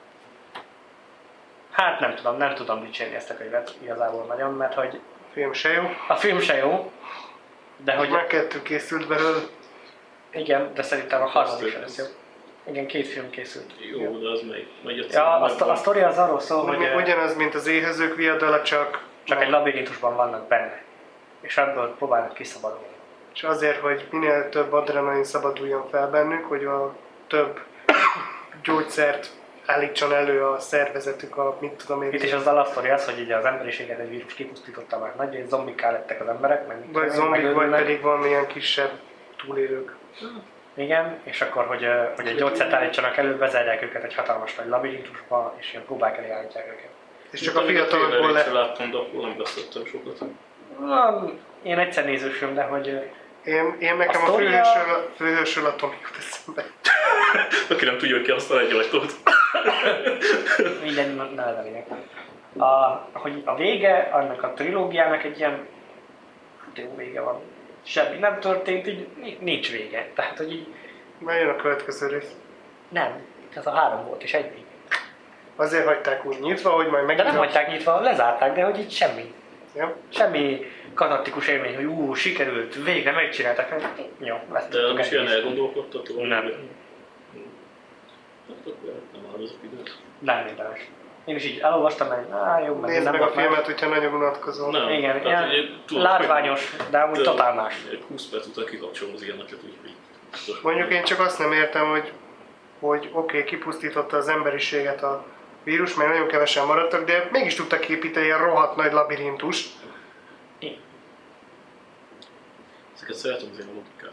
Hát nem tudom dicsérni ezt a könyvet igazából nagyon, mert hogy A film se jó. a film se jó, de hogy... Már 2 készült belőle. Igen, de szerintem a harmadik sem lesz jó. Igen, 2 film készült. Jó, de az megy Ja, a sztori az arról szól, hogy Ugyanaz, mint az Éhezők viadala, csak egy labirintusban vannak benne. És ebből próbálnak kiszabadulni. és azért, hogy minél több adrenalin szabaduljon fel bennük, hogy a több gyógyszert állítson elő a szervezetük, a mit tudom én. Itt is az alapsztori az, hogy ugye az emberiséget egy vírus kipusztította már nagy, és zombikká lettek az emberek, meg Vagy zombik, vagy pedig valamilyen kisebb túlélők. Igen, és akkor, hogy egy gyógyszert állítsanak elő, bezárják őket egy hatalmas nagy labirintusba, és ilyen próbák elé állítják őket. És csak a fiatalokból le... láttam, de akkor nem beszéltem sokat. Én egyszer nézős film, de hogy... Én nekem a főhősről a Tommy jut eszembe. Aki nem tudja, hogy kihasznál egy ajtót. Minden nevezelének. Hogy a vége, annak a trilógiának egy ilyen... jó vége van. Semmi nem történt, így nincs vége. Tehát, hogy így... Már jön a következő rész. Nem. Ez a 3 volt, és egy vége. Azért hagyták úgy nyitva, hogy majd De megint... nem hagyták nyitva, lezárták, de hogy így semmi. Ja. Semmi katartikus élmény, hogy sikerült, végre megcsinálták. Jó, de az is ilyen elgondolkodtató. Nem. Hát akkor nem áldozok időt. Nem mindenes. Én is így elolvastam, meg jó, meg Nézd nem meg a volt más. filmet, hogyha nagyon unatkozol. Nem. Igen, Tehát, ilyen tudod, látványos, de amúgy totál más. Egy 20 perc után kikapcsolom az ilyeneket, úgyhogy... Mondjuk én csak azt nem értem, hogy oké, kipusztította az emberiséget a vírus, mert nagyon kevesen maradtak, de mégis tudtak építeni ilyen rohadt nagy labirintus. Ezeket szeretem az ilyen logikákat.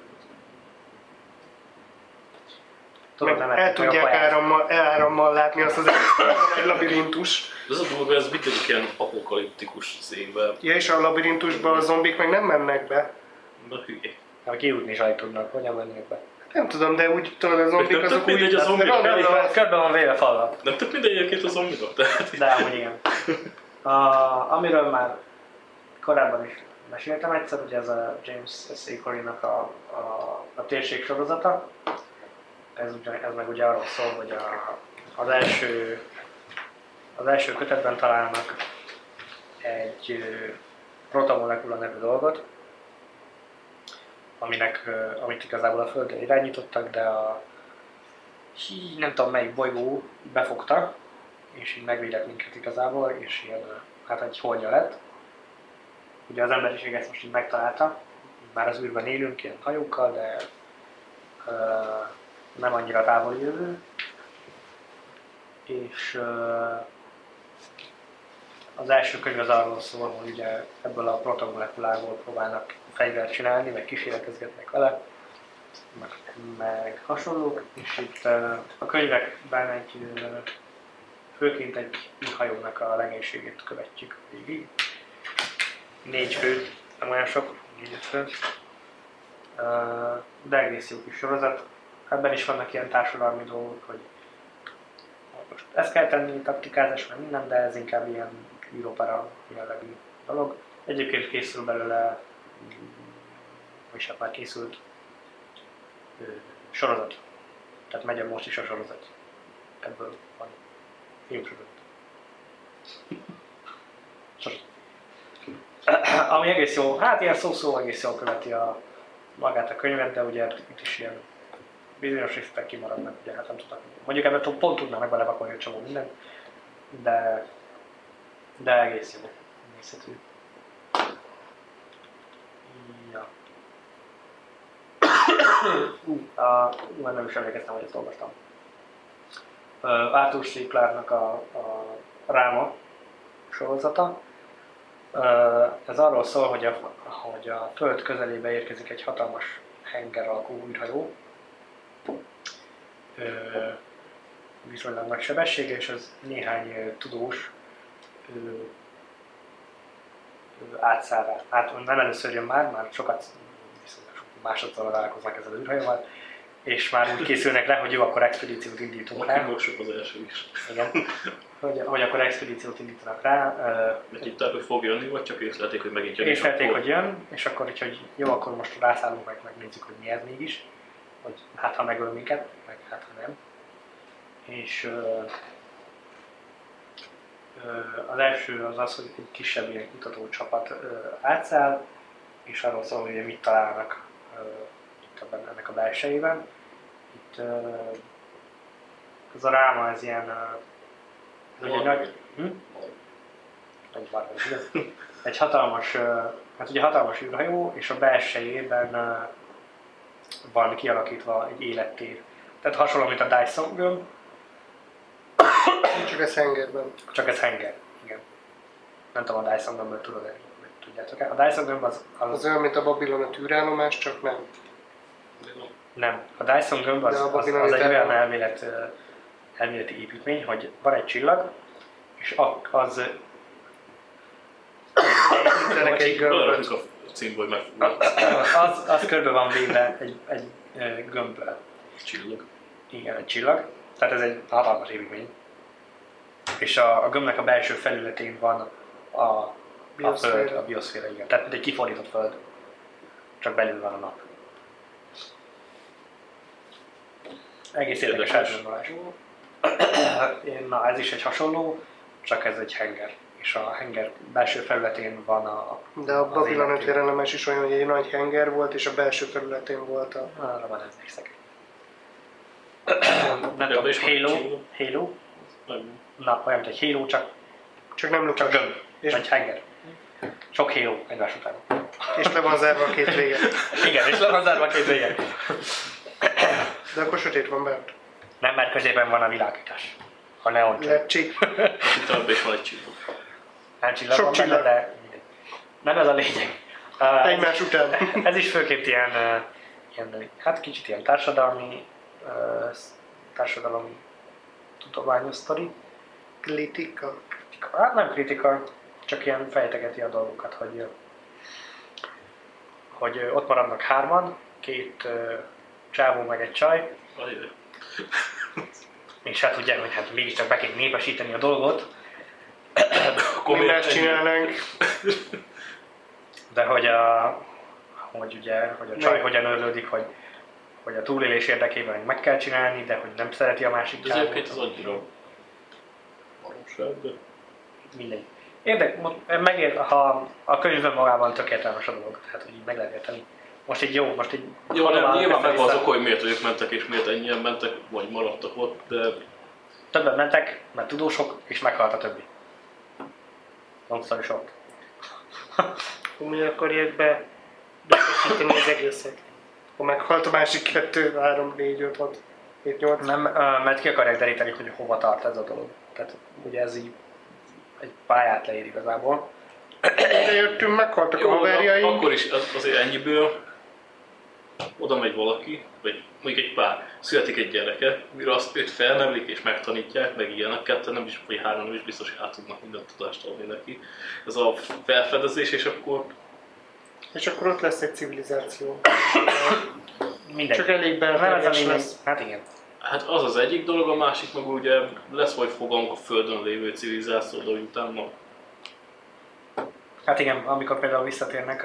Tudod, Meg nem el tudják árammal látni azt az nagy labirintus. De az a dolog, ez mindegyik ilyen apokaliptikus színben. Ja, és a labirintusba a zombik meg nem mennek be. Na hülye. Ha kijutni is alig tudnak, hogyan mennek be. Nem tudom, de úgy tudod, a zombik Tök azok úgy... mindegy a zombik. Körbe van véve fallal. Nem tök mindegy egyébként a zombikok, tehát... De amúgy igen. Amiről már korábban is meséltem egyszer, ugye ez a James S.A. Corey-nak a térség sorozata. Ez meg ugye arról szól, hogy az első kötetben találnak egy protomolekula nevű dolgot, amit igazából a Földre irányítottak, de nem tudom melyik bolygó befogta, és így megvédett minket igazából, és ilyen, hát egy holdja lett. Ugye az emberiség ezt most így megtalálta, már az űrben élünk ilyen hajókkal, de nem annyira távoli jövő. És az első könyv az arról szól, hogy ugye ebből a protomolekulából próbálnak fegyvert csinálni, meg kísérletezgetnek vele, meg hasonlók, és itt a könyvekben főként egy űrhajónak a legénységét követjük végig. 4 fő, nem olyan sok, 4-5 fő. De egész jó kis sorozat. Ebben is vannak ilyen társadalmi dolgok, hogy most ezt kell tenni, taktikázás, meg minden, de ez inkább ilyen űropera jellegű dolog. Egyébként készül belőle, és hát már készült sorozat. Tehát megy most is a sorozat. Ebből van filmsorozat. Ami egész jó, hát ilyen szó-szó egész jól követi magát a könyvet, de ugye itt is ilyen bizonyos részletek kimaradnak, ugye hát nem tudnak. Mondjuk ebben pont tudnának belepakolni egy csomó mindent, de egész jó. Nézhető. Ja. Már nem is emlékeztem, hogy ezt olvastam. Arthur C. Clarke-nak a Ráma sorozata. Ez arról szól, hogy a Föld közelébe érkezik egy hatalmas henger alakú űrhajó. Viszonylag nagy sebessége, és az néhány tudós átszáll rá. Hát nem először jön már sokat, viszonylag sok másodszor találkoznak ezzel az űrhajóval, és már úgy készülnek rá, hogy jó, akkor expedíciót indítunk rá. Sok az első is. Igen. Hogy akkor expedíciót indítanak rá. Megítták, hogy fog jönni, vagy csak észlelték, hogy megint jön? Észlelték, hogy jön, és akkor hogy jó, akkor most rászállunk meg, megnézzük, hogy mi ez mégis. Hogy hát ha megöl minket, meg hát ha nem. És az első az az, hogy egy kisebb ilyen kutatócsapat átszáll, és arról szól, hogy mit találnak itt ennek a belsejében. Itt ez a ráma, ez ilyen egy nagy... Egy hatalmas, hát ugye hatalmas űrhajó, és a belsejében van kialakítva egy élettér. Tehát hasonló, mint a Dyson gömb. Csak ez hengerben. Csak ez henger, igen. Nem tudom, a Dyson gömből tudjátok-e? A Dyson gömb Az olyan, mint a Babilon a tűrállomás, csak nem. Nem. A Dyson gömb az egy olyan elméleti építmény, hogy van egy csillag, és az... Építenek egy gömböt. A címből megfúrva. Az körbe van véve egy gömbből. Csillag. Igen, egy csillag. Tehát ez egy hatalmas építmény. És a gömbnek a belső felületén van a föld, a bioszféra, igen. Tehát egy kifordított föld. Csak belül van a nap. Egész érdekes elgondolás. Na, ez is egy hasonló, csak ez egy henger. És a henger belső felületén van De a Babilon 5 jelenemes is olyan, hogy egy nagy henger volt, és a belső felületén volt a... Arra van emlékszek. Nem tudom, Halo? Na, olyan, mint egy Halo, csak nem lukas. gömb, vagy henger. Sok Halo egymás után. És le van zárva a két vége. Igen, és le van zárva a két vége. De akkor sötét van bent. Nem, mert középen van a világítás. A neon csillag. Lepcsi. Itt abban is van egy csillag. Nem csillag Sok van csillag. benne, de nem ez a lényeg. Egymás után. Ez is főként ilyen hát kicsit ilyen társadalom tudományos sztori. Kritika. Hát nem kritika, csak ilyen fejtegeti a dolgokat, hogy ott maradnak hárman, két csávó meg egy csaj, és hát ugye, hogy hát mégiscsak be kell népesíteni a dolgot. Akkor mi ezt csinálnánk? De hogy a csaj hogyan örlődik, hogy a túlélés érdekében meg kell csinálni, de hogy nem szereti a másik csávót. Ez egyébként az annyira valóság, de... Mindegy. Ha a könyvben magában tök értelmes a dolog, tehát hogy így meg lehet érteni. Most így jó, nem, nyilván meg az oka, hogy miért ők mentek és miért ennyien mentek, vagy maradtak ott, de... Többen mentek, mert tudósok, és meghalt a többi. Long story short. Mi akarják beszíteni az egészet? Ha meghalt a másik 2, 3, 4, 5, 6, 7, 8. Nem, mert ki akarják deríteni, hogy hova tart ez a dolog. Tehát ugye ez így egy pályát leír igazából. De jöttünk, meghaltak a haverjaink. Akkor is azért ennyiből oda megy valaki, vagy mondjuk egy pár, születik egy gyereke, mire azt őt felnevelik és megtanítják, meg ilyenek, ketten nem is, vagy három nem is biztos, hogy át tudnak minden tudást adni neki. Ez a felfedezés, és akkor ott lesz egy civilizáció. Mindegy. Csak elég Nem ez a belfegyes lényeg. lesz. Hát igen. hát az az egyik dolog, a másik meg ugye lesz majd fogalmunk a Földön lévő civilizáció, de utána. Hát igen, amikor például visszatérnek,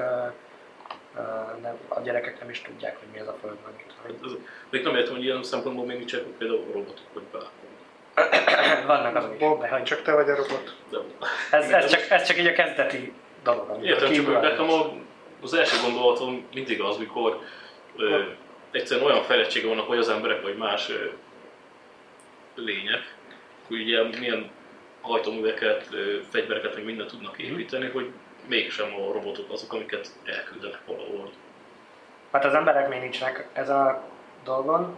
a gyerekek nem is tudják, hogy mi ez a Föld meg. Még nem értem, hogy ilyen szempontból még csak például robotok vagy bármi. Vannak azok is. Bob, csak te vagy a robot. Ez csak így a kezdeti dolog. Értem, csak nekem az első gondolatom mindig az, mikor egyszerűen olyan fejlettsége vannak, hogy az emberek vagy más lények, hogy ugye milyen hajtóműveket, fegyvereket, meg mindent tudnak építeni, hogy mégsem a robotok azok, amiket elküldenek valahol. Hát az emberek még nincsenek ezen a dolgon.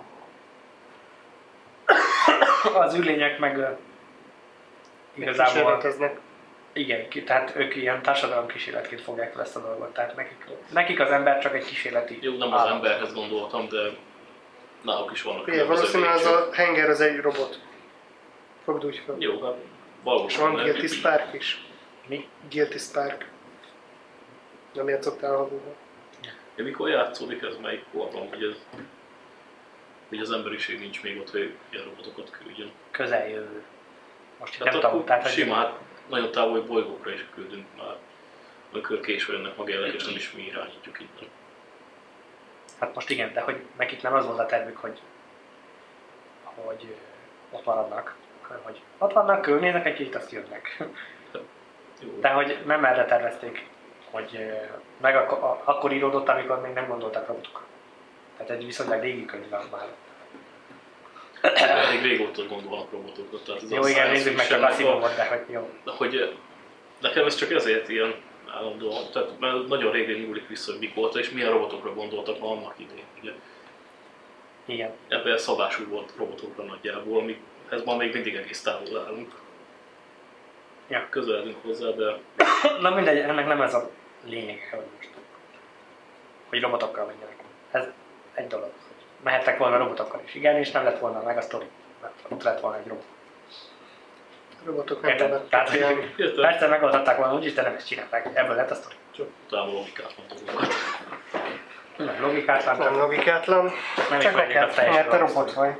Az űrlények meg igazából... Kísérleteznek. Igen, tehát ők ilyen társadalomkísérletként fogják fel ezt a dolgot. Tehát nekik az ember csak egy kísérleti Jó, nem az emberhez gondoltam, de náluk is vannak. Igen, valószínűleg az a henger az egy robot. Fogd úgy fel. Jó, hát És valószínűleg. van Guilty Spark is. Mi? Guilty Spark. Nem játszottál Habóban? Mikor játszódik ez, melyik korban, hogy az emberiség nincs még ott, hogy ilyen robotokat küldjön. Közeljövő. Most itt Tehát nem akkor tudom, tehát simán nagyon távoli bolygókra is küldünk már, amikor késve jönnek magjelek, és nem is mi irányítjuk innen. Hát most igen, de hogy nekik nem az volt a tervük, hogy ott maradnak, hanem hogy ott vannak, körülnéznek egy kicsit, azt jönnek. Jó. De hogy nem erre tervezték, hogy meg akkor íródott, amikor még nem gondoltak robotokra. Tehát egy viszonylag régi könyv van már. Elég régóta gondolnak robotokra. Tehát ez Jó, igen, nézzük meg csak a Asimov-ot, de hogy jó. Hogy nekem ez csak ezért ilyen állandóan, tehát mert nagyon régen nyúlik vissza, hogy mik voltak, és milyen robotokra gondoltak már annak idén. Ugye. Igen. Ebben szabású volt robotokra nagyjából, amikhez ma még mindig egész távol állunk. Ja. Közeledünk hozzá, de Na mindegy, ennek nem ez a lényege, hogy most. Hogy robotokkal menjenek. Ez egy dolog. Mehettek volna robotokkal is, igen, és nem lett volna meg a sztori. Mert ott lett volna egy robot. Robotok nem Érted? tudnak Tehát, ilyen. hogy persze megoldhatták volna úgyis, de nem ezt csinálták. Ebből lett a sztori. csak utána logikát mondok. Nem logikátlan, Nem csak logikátlan. nem is Csak megyek a neked, teljes mert te dolog. robot vagy.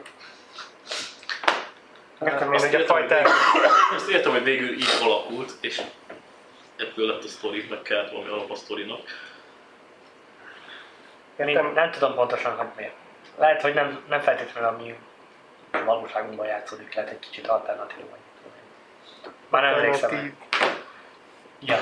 Értem én, Azt hogy a értem, fajták... Azt értem, hogy végül így alakult, és ebből lett a sztori, meg kellett valami alap a sztorinak. Nem tudom pontosan, hogy miért. Lehet, hogy nem feltétlenül ami a valóságunkban játszódik, lehet egy kicsit alternatív vagy. Már nem emlékszem. Ja.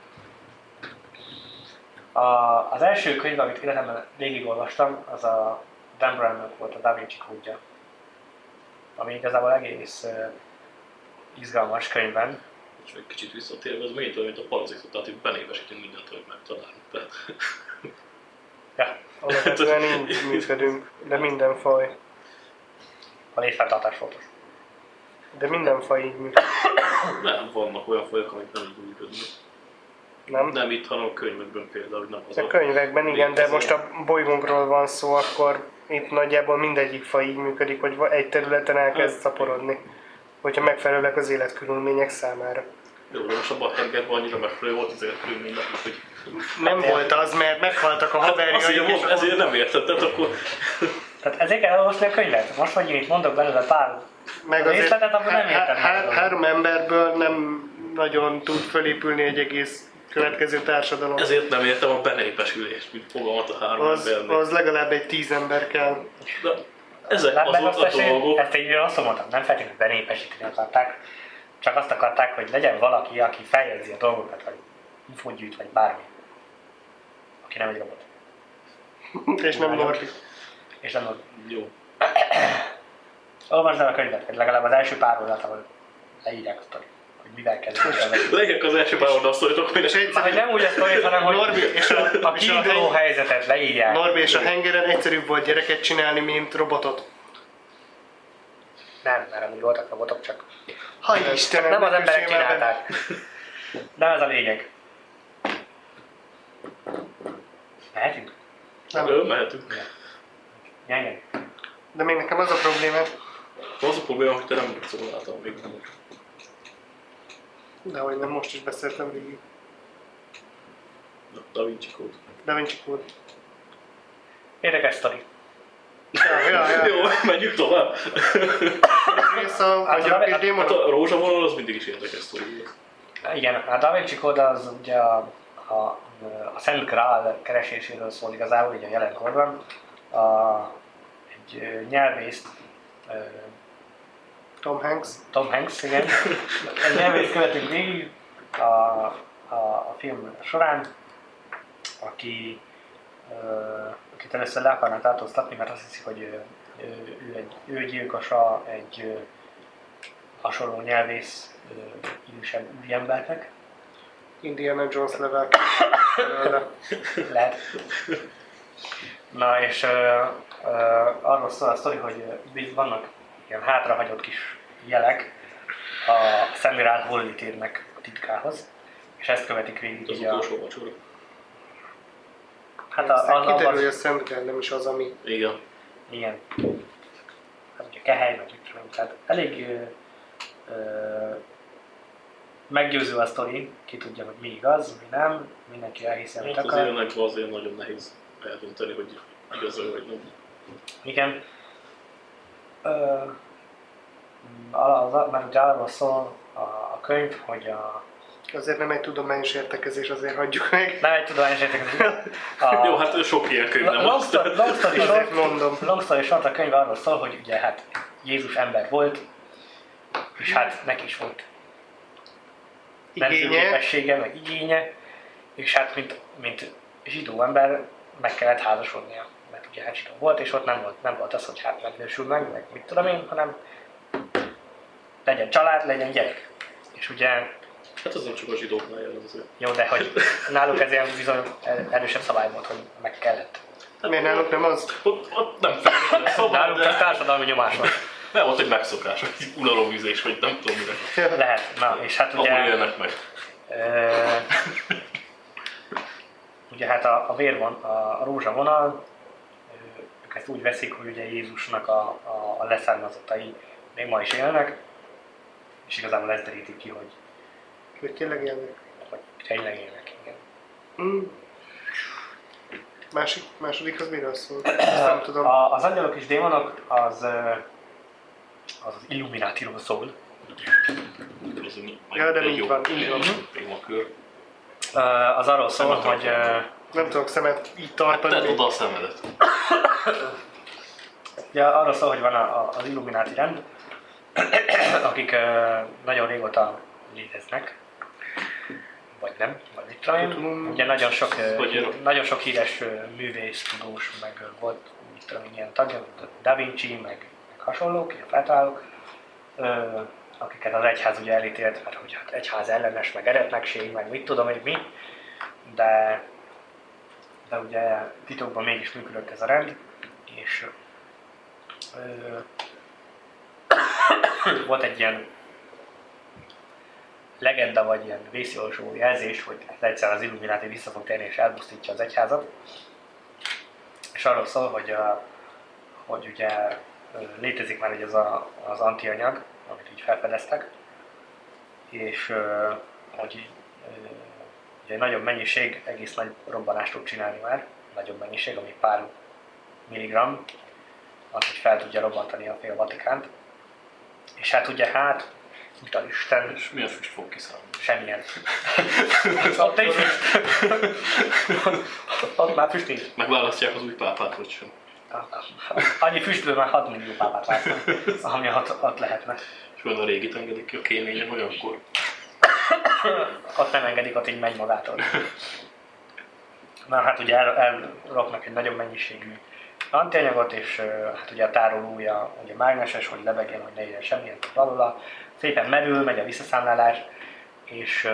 Az első könyv, amit életemben végigolvastam, az a Dan Brownnak volt a Da Vinci Kódja. Ami igazából egész izgalmas könyvben. És egy kicsit visszatérve, ez megint olyan, mint a parazitot, tehát hogy benépesítünk mindent, hogy megtalálunk. Tehát... Ja, Alapvetően így működünk, de minden faj. a létfenntartás fontos. De minden faj így működik. Nem, vannak olyan fajok, amik nem így működnek. Nem? Nem itt, hanem a könyvekben például, hogy nem az A könyvekben igen, de most a bolygónkról van szó, akkor itt nagyjából mindegyik faj így működik, hogy egy területen elkezd szaporodni. Hogyha megfelelőek az életkörülmények számára. Jó, de most abban a hengerben annyira megfelelő volt az életkörülménynek, hogy... Nem volt az, mert meghaltak a haverjaik. Ezért nem érted, tehát akkor... Tehát ezért kell olvasni a könyvet. Most, hogy én itt mondok belőle pár Meg azért részletet, akkor nem értem meg. három emberből nem nagyon tud fölépülni egy egész következő társadalom. Ezért nem értem a benépesülést, mint fogalmat a három embernek. Az legalább egy 10 ember kell. De ezek azok a dolgok... Ezt én azt mondtam, nem feltétlenül benépesíteni akarták, csak azt akarták, hogy legyen valaki, aki feljegyzi a dolgokat, vagy infót gyűjt, vagy bármi. Aki nem egy robot. És nem Norbi. És nem Norbi. Jó. Olvasd el a könyvet, vagy legalább az első pár oldalt, ahol leírják a sztorit, hogy mivel kezdődik. Leírják az első pár oldalt szólítok, hogy Hogy nem úgy a sztorit, hanem hogy Norbi és a kiinduló helyzetet leírják. Norbi és a hengeren egyszerűbb volt gyereket csinálni, mint robotot. Nem, mert amúgy voltak robotok, csak Ha Istenem, nem az ne emberek kössél már be. csinálták. De ez a lényeg. Mehetünk? Nem mehetünk. Gyenge. De még nekem az a probléma, Az a probléma, hogy te nem szóláltam még. de hogy nem most is beszéltem végig. Na, Da Vinci Code. Da Vinci Code. Érdekes sztori. Ja. Jó, menjünk tovább. Rész a Hát magyar a- kis Hát démonok. a rózsavonal az mindig is érdekes sztori. Igen, a Da Vinci Code az ugye a Szent Grál kereséséről szól igazából, ugye a jelenkorban. Egy nyelvészt, Tom Hanks. Tom Hanks, igen. Egy nyelvészt követünk végig a film során, akit először le akarnak tartóztatni, mert azt hiszik, hogy ő gyilkosa egy hasonló nyelvész idősebb úriembernek. Indiana Jones level. Lehet. Na és arról szól a sztori, hogy vannak ilyen hátrahagyott kis jelek a Szent Grál hollétérnek a titkához, és ezt követik végig Az így utolsó vacsora. Hát Aztán kiderül, hogy a Szent Grál nem is az, ami... Igen. igen. Hát ugye kehely, meg mit tudom, tehát elég meggyőző a sztori, ki tudja, hogy mi igaz, mi nem, mindenki elhiszi, amit Hát az akar. ilyenekben azért nagyon nehéz eldönteni, hogy igaz vagy nem. Igen. Mert ugye arról szól a könyv, hogy Azért nem egy tudományos értekezés, azért hagyjuk meg. nem egy tudományos értekezés. Jó, hát sok ilyen könyv nem Long most. story Azért short, mondom. long story short, a könyv arról szól, hogy ugye hát Jézus ember volt, és hát neki is volt nemzőképessége, meg igénye, és hát mint zsidó ember meg kellett házasodnia, mert ugye hát zsidó volt, és ott nem volt az, hogy hát megnősül meg mit tudom én, hanem legyen család, legyen gyerek. És ugye, Hát az nem csak a zsidóknál jellemző. jó, de hogy náluk ez ilyen bizony erősebb szabály volt, hogy meg kellett. Miért náluk nem az? Ott nem feltétlenül szabad, Náluk a de társadalmi nyomás volt. nem, ott egy megszokás, hogy unalomvizés, vagy nem tudom mire. Lehet, na, és hát Ahol ugye... élnek meg. Ugye hát a vérvon, a rózsavonal, ők ezt úgy veszik, hogy ugye Jézusnak a leszármazottai még ma is élnek, és igazából ez deríti ki, Hogy tényleg élnek. hogy tényleg élnek, igen. Második az miről szól? Ezt nem tudom. Az angyalok és démonok az Illuminatiról szól. Ja, de így van, így van. Témakör. Az arról szól, hogy Nem tudok szemet így Tedd tartani. oda a szemedet. ugye arról szól, hogy van az Illuminati rend, akik nagyon régóta léteznek, vagy nem, vagy mit tudom én. Ugye nagyon sok híres művész, tudós, meg volt, mit tudom én, ilyen tagja, Da Vinci, meg hasonlók, ilyen feltalálók, akiket az egyház ugye elítélt, mert hogy hát egyház ellenes, meg eretnekség, meg mit tudom én mi, de ugye titokban mégis működött ez a rend, és volt egy ilyen legenda, vagy ilyen vészjósó jelzés, hogy egyszer az Illuminati vissza fog térni és elpusztítja az egyházat. És arról szól, hogy ugye létezik már ugye az antianyag, amit így felfedeztek, és hogy ugye egy nagyobb mennyiség egész nagy robbanást tud csinálni már, nagyobb mennyiség, ami pár milligramm, az így fel tudja robbantani a fél Vatikánt. És hát ugye mit az Isten, És milyen füst fog kiszállni? semmilyen. Ott egy füst. Ott már füst nincs. Megválasztják az új pápát, vagy sem? Annyi füstből már 6 millió pápát látnak, ami ott lehetne. És van a régit engedik ki a kéményen, olyankor. Ott nem engedik, ott így megy magától. Na hát ugye elraknak egy nagyobb mennyiségű antianyagot, és hát ugye a tárolója ugye mágneses, hogy lebegjen, hogy ne érjen semmilyen valóla. Szépen merül, megy a visszaszámlálás, és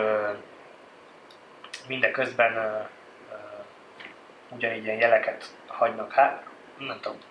mindeközben ugyanígy ilyen jeleket hagynak, hát nem tudom.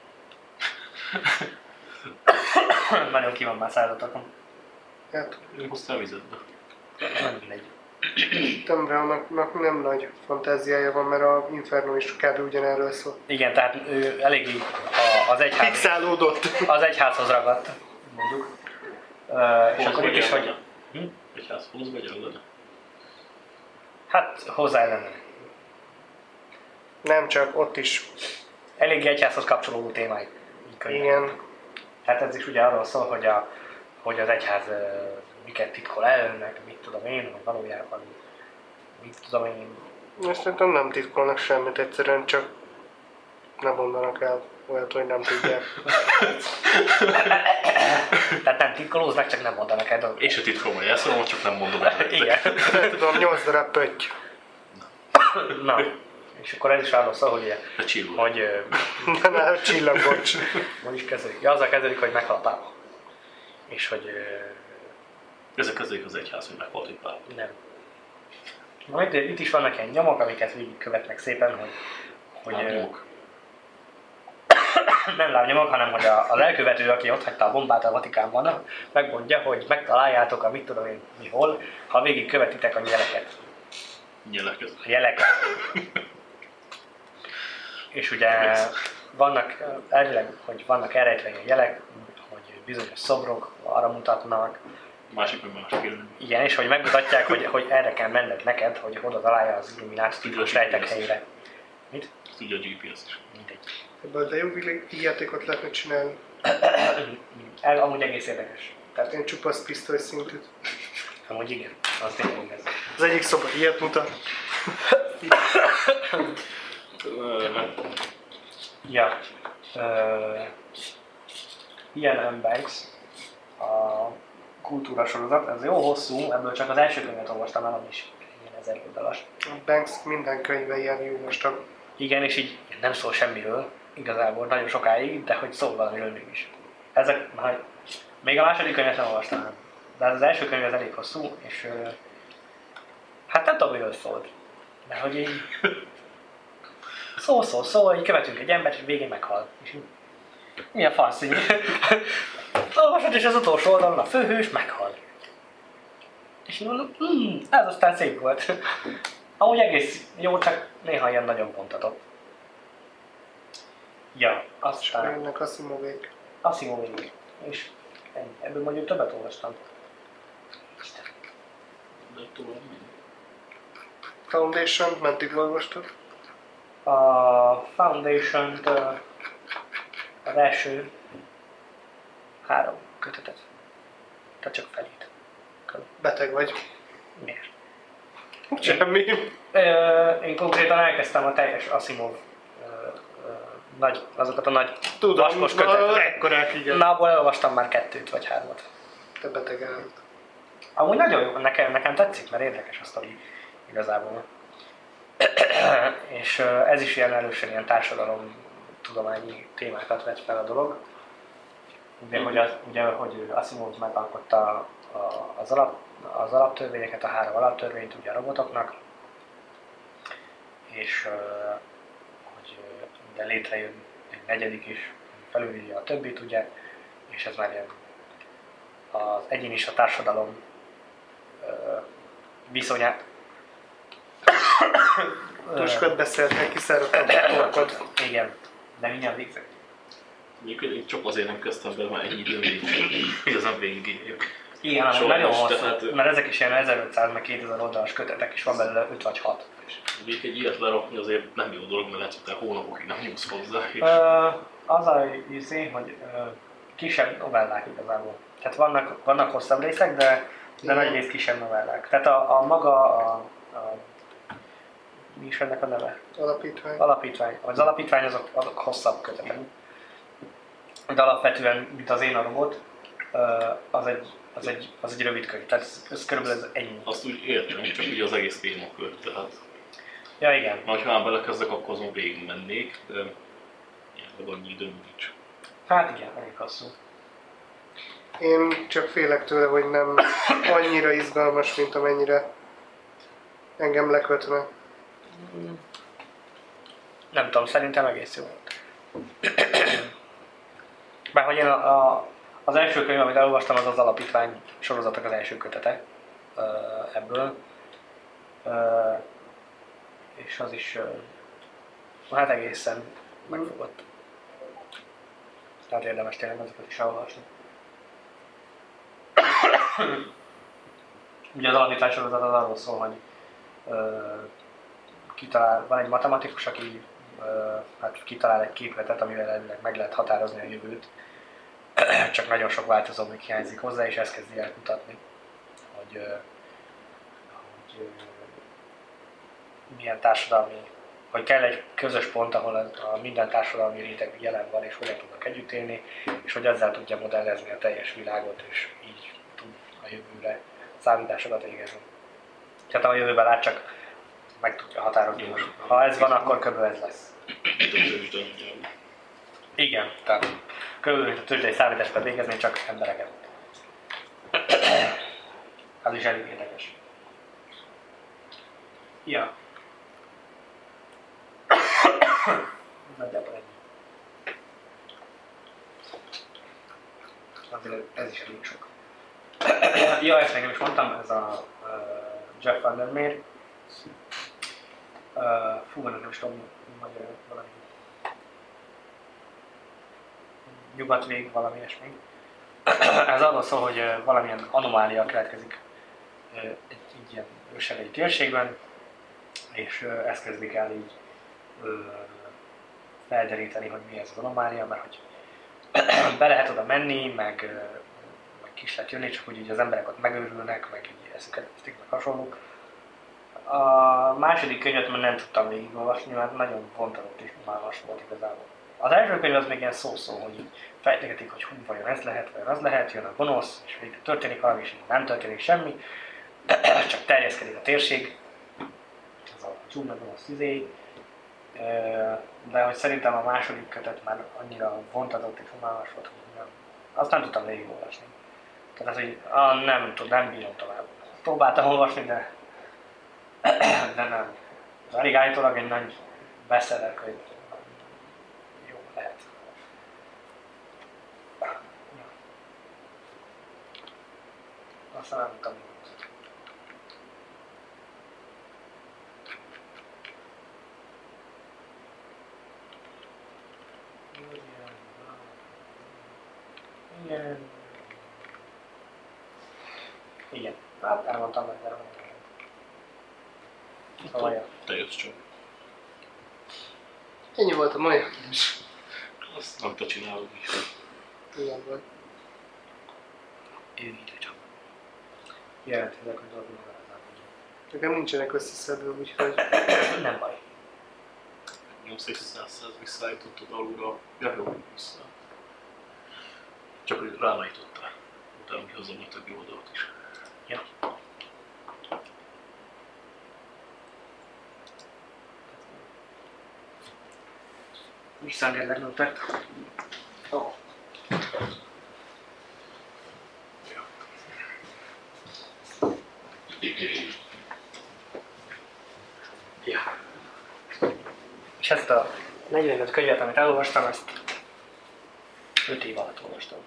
Nagyon ki van már szállatokom. Hát, Hoztál vizedbe. Nem mindegy. Tömbre annak nem nagy fantáziája van, mert a Inferno is kb. Ugyanerről szól. Igen, tehát ő eléggé Fixálódott. az egyházhoz ragadt, mondjuk. És akkor itt is, hogy... Egyházhoz vagy ellene? Hát hozzá ellene. Nem csak, ott is. Eléggé egyházhoz kapcsolódó témáik. Igen. Hát ez is ugye arról szól, hogy az egyház miket titkol el, meg mit tudom én, hogy valójában mit tudom én. Ezt szerintem nem titkolnak semmit, egyszerűen csak nem mondanak el olyat, hogy nem tudják. Tehát nem titkolóznak, csak nem mondanak el dolgokat. Én se titkolom, hogy elszólom, csak nem mondom el nektek. Igen. Nem tudom, 8 darab pötty. Na, és akkor ez is arról szól, hogy, De csilló. hogy Na, csillagbocs. hogy is kezdődik. Ja, azzal kezdődik, hogy meghal a pápa. És hogy Ezek kezdődik az egyház, hogy meghalt egy pápa. nem. Na, itt is vannak ilyen nyomok, amiket végigkövetnek szépen, hogy Lábnyomok. nem lábnyomok, hanem hogy az elkövető, aki ott hagyta a bombát a Vatikánban, megmondja, hogy megtaláljátok a mit tudom én mi hol, ha végig követitek a jeleket. Nyeleket. A jeleket. És ugye vannak, elvileg, hogy vannak elrejtve ilyen jelek, hogy bizonyos szobrok arra mutatnak, Másik meg másik élmény. Igen, és hogy megmutatják, hogy erre kell menned neked, hogy oda találja az Illuminát titkos rejtek helyére. Mit? Tudja a GPS is. Mindegy. Ebből de jó játékot lehetne csinálni. Amúgy egész érdekes. Tehát Ilyen csupasz pisztoly szintűt. amúgy igen, az tényleg igaz. Az egyik szoba ilyet mutat. Ja. Ian M. Banks, a kultúra sorozat, ez jó hosszú, ebből csak az első könyvet olvastam el, ami is ilyen 1000 oldalas. A Banks minden könyve ilyen jó vastag. Igen, és így nem szól semmiről, igazából nagyon sokáig, de hogy szól valamiről mégis. Ezek, még a második könyvet nem olvastam el, de az első könyv az elég hosszú, és hát nem tudom, miről szólt. Mert hogy így szól, így követünk egy embert, és végén meghal. És így, mi a fasz így? Olvasod, és az utolsó oldalon a főhős meghal. És így mondom, ez aztán szép volt. Amúgy egész jó, csak néha ilyen nagyon pontatott. Ja, aztán Jönnek Asimovék. Asimovék. És ennyi. Ebből mondjuk többet olvastam. De tovább megy. Foundation, meddig olvastad? A Foundation-t az első 3 kötetet. Tehát csak felét. Beteg vagy. Miért? Semmi. Én konkrétan elkezdtem a teljes Asimov azokat a nagy Tudom, vaskos köteteket. ekkorák igen. Na, abból elolvastam már 2 vagy 3-at. Te beteg állat. Amúgy nagyon jó, nekem tetszik, mert érdekes a sztori igazából. És ez is ilyen erősen ilyen társadalomtudományi témákat vett fel a dolog. Ugye, hogy Asimov megalkotta az alaptörvényeket, a 3 alaptörvényt ugye a robotoknak, és hogy ugye létrejön egy 4. is, felülírja a többit, ugye, és ez már ilyen az egyén és a társadalom viszonyát. Túl sokat beszéltek, kiszáradtad a torkod. Igen, de mindjárt végzek. Én csak azért nem kezdtem be, mert ennyi időn végig. Igazán végigírjuk. Igen, hanem Sajnos, nagyon hosszú, tehát- mert ezek is ilyen 1500 meg 2000 oldalas kötetek, és van belőle 5 vagy 6. Még egy ilyet lerakni azért nem jó dolog, mert lehet, hogy te hónapokig nem nyúlsz hozzá. És Az a izé, hogy kisebb novellák igazából. Tehát vannak hosszabb részek, de nagy rész kisebb novellák. Tehát a maga, mi is ennek a neve? Alapítvány. Alapítvány. Az alapítvány azok hosszabb kötetek. De alapvetően, mint az Én a robot, az egy rövid könyv. Tehát ez körülbelül ennyi. azt úgy értem, csak ugye az egész témakör, tehát Ja, igen. ha már belekezdek, akkor azon végig mennék, de jelenleg annyi időm nincs. Hát igen, elég hosszú. Én csak félek tőle, hogy nem annyira izgalmas, mint amennyire engem lekötne. Nem tudom, szerintem egész jó volt. Bárhogy én az első könyv, amit elolvastam, az az Alapítvány sorozatnak az első kötete ebből. És az is hát egészen megfogott. Tehát érdemes tényleg ezeket is elolvasni. Ugye az Alapítvány sorozat az arról szól, hogy van egy matematikus, aki hát kitalál egy képletet, amivel elvileg meg lehet határozni a jövőt. Csak nagyon sok változó még hiányzik hozzá, és ezt kezdi el kutatni, hogy milyen társadalmi, hogy kell egy közös pont, ahol a minden társadalmi réteg jelen van, és hogyan tudnak együtt élni, és hogy ezzel tudja modellezni a teljes világot, és így tud a jövőre számításokat végezni. Tehát a jövőben lát, csak meg tudja határozni, hogy ha ez van, akkor kb. Ez lesz. Igen, tehát körülbelül a tőzsdei számításokat végezni, csak embereket. Az is elég érdekes. Ja. Nagyjából ennyi. Azért ez is elég sok. Ja, ezt még nem is mondtam, ez a Jeff Vandermeer. Fú, nem is tudom, magyarul valami. Nyugatvég, valami ilyesmi. Ez arról szól, hogy valamilyen anomália keletkezik egy ilyen őserdei térségben, és ezt kezdik el így felderíteni, hogy mi ez az anomália, mert hogy be lehet oda menni, meg ki is lehet jönni, csak hogy így az emberek ott megőrülnek, meg így eszüket vesztik, meg hasonlók. A második könyvet már nem tudtam végigolvasni, mert nagyon vontatott és unalmas volt igazából. Az első könyv az még ilyen szó-szó, hogy így fejtegetik, hogy hú, vajon ez lehet, vagy az lehet, jön a gonosz, és végül történik valami, és nem történik semmi, csak terjeszkedik a térség, ez a csúnya gonosz izé. De hogy szerintem a második kötet már annyira vontatott és unalmas volt, hogy nem, azt nem tudtam végigolvasni. Tehát az, hogy nem bírom tovább. Próbáltam olvasni, de nem. Az alig állítólag egy nagy bestseller könyv. Jó lehet. Aztán nem tudtam. Igen. Hát elmondtam meg, de szóval ja. Te jössz csak. Ennyi volt a mai. Azt nem te csinálod is. Ilyen volt. Őrítő csak. Jelentőleg, hogy dolgok megváltozni. Nekem nincsenek összeszedve, úgyhogy... Nem baj. Nyomsz és 100 visszaállítottad alulra. Ja, jó, vissza. Csak hogy ráállítottál. Utána kihozzam a többi oldalt is. Ja. Visszaengedlek nektek. Oh. Ja. És ezt a 45 könyvet, amit elolvastam, ezt 5 év alatt olvastam.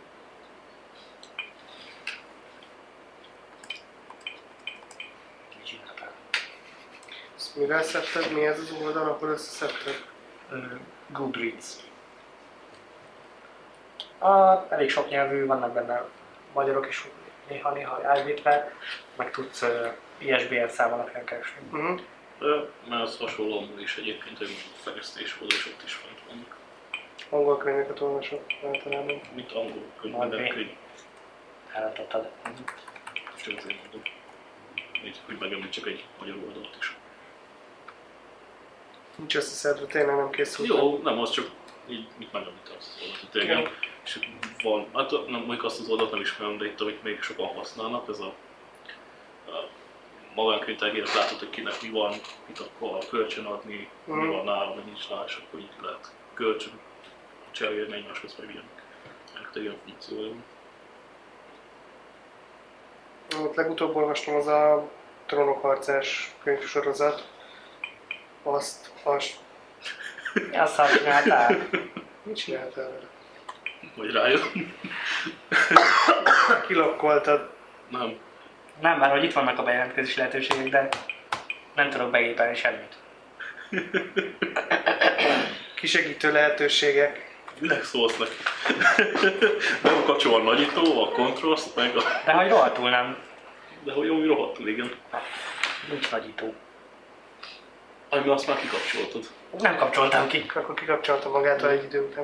Mit csináltál? Ezt mivel szedted? Mi ez az oldal, akkor összeszedted? Goodreads. Elég sok nyelvű, vannak benne magyarok is néha elvétve, meg tudsz ISBN szám alapján keresni. Mert az hasonló amúgy is egyébként, hogy fejlesztés oldal is ott is fent vannak. Angol könyveket olvasok általában. Mint angol könyv, Majd minden mi? könyv. Elrontottad. Csak azért mondom. Így, hogy megemlítsek egy magyar oldalt is. Nincs összeszedve, tényleg nem készültem. Jó, nem az csak így mit megemlítasz az oldalt. Tényleg, és van, hát nem, mondjuk azt az oldalt nem ismerem, de itt amit még sokan használnak, ez a magánkönyvtárgyének látod, hogy kinek mi van, mit akar kölcsön adni, mi van nála, vagy nincs nála, és akkor így lehet kölcsön cserélni egymáshoz, vagy ilyenek. Ennek egy ilyen funkciója van. Amit legutóbb olvastam, az a Trónok harcás könyvsorozat. Azt... Azt hát csináltál? Mit csináltál vele? Vagy rájön. Kilokkoltad. Nem. Nem, mert hogy itt vannak a bejelentkezési lehetőségek, de nem tudok begépelni semmit. Kisegítő lehetőségek. Minek szólsz neki? Nem kapcsol a nagyító, a kontraszt, meg a... De hogy rohadtul nem. De hogy jó, rohadtul, igen. Nincs nagyító. Ami azt már kikapcsoltad. Nem kapcsoltam ki. Akkor kikapcsolta magától egy idő után.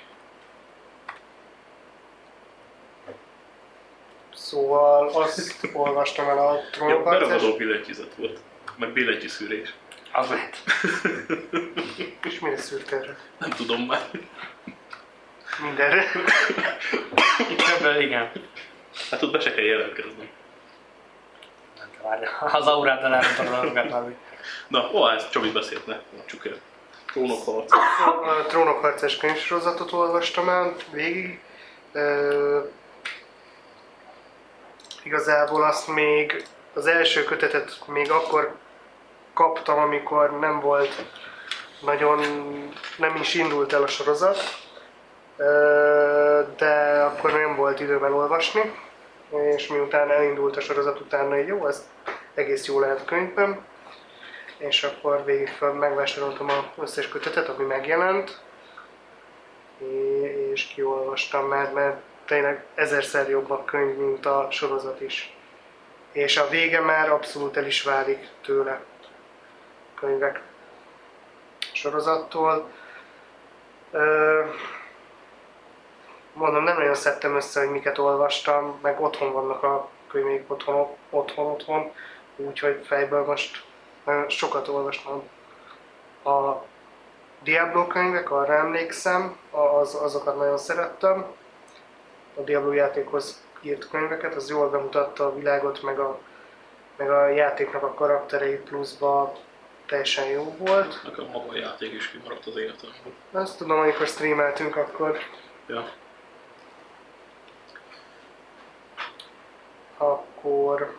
Szóval azt olvastam el a Ja, Trónok harcás. beragadó billentyűzet volt. Meg billentyű szűrés. Az lehet. És mire szűrt erre? Nem tudom már. Mindenre. Ebből igen. Hát ott be se kell jelentkezni. Nem te várj. Az auráddal elmondtam a dolgokat már. Na, ezt Csabi beszélne. Csak el. Trónokharc. A Trónok harcás könyvsorozatot olvastam el végig. Igazából azt még az első kötetet még akkor kaptam, amikor nem volt nagyon, nem is indult el a sorozat, de akkor nem volt időm elolvasni, és miután elindult a sorozat, utána így jó, ez egész jó lehet a könyvben, és akkor végig megvásároltam az összes kötetet, ami megjelent, és kiolvastam, mert tényleg ezerszer jobb a könyv, mint a sorozat is. És a vége már abszolút el is válik tőle a könyvek sorozattól. Mondom, nem nagyon szedtem össze, hogy miket olvastam, meg otthon vannak a könyvek otthon, úgyhogy fejből most nagyon sokat olvastam. A Diablo könyvek, arra emlékszem, azokat nagyon szerettem. A Diablo játékhoz írt könyveket, az jól bemutatta a világot, meg a játéknak a karakterei pluszba teljesen jó volt. Nekem maga a játék is kimaradt az életemben. Azt tudom, amikor streameltünk, akkor... Ja. Akkor...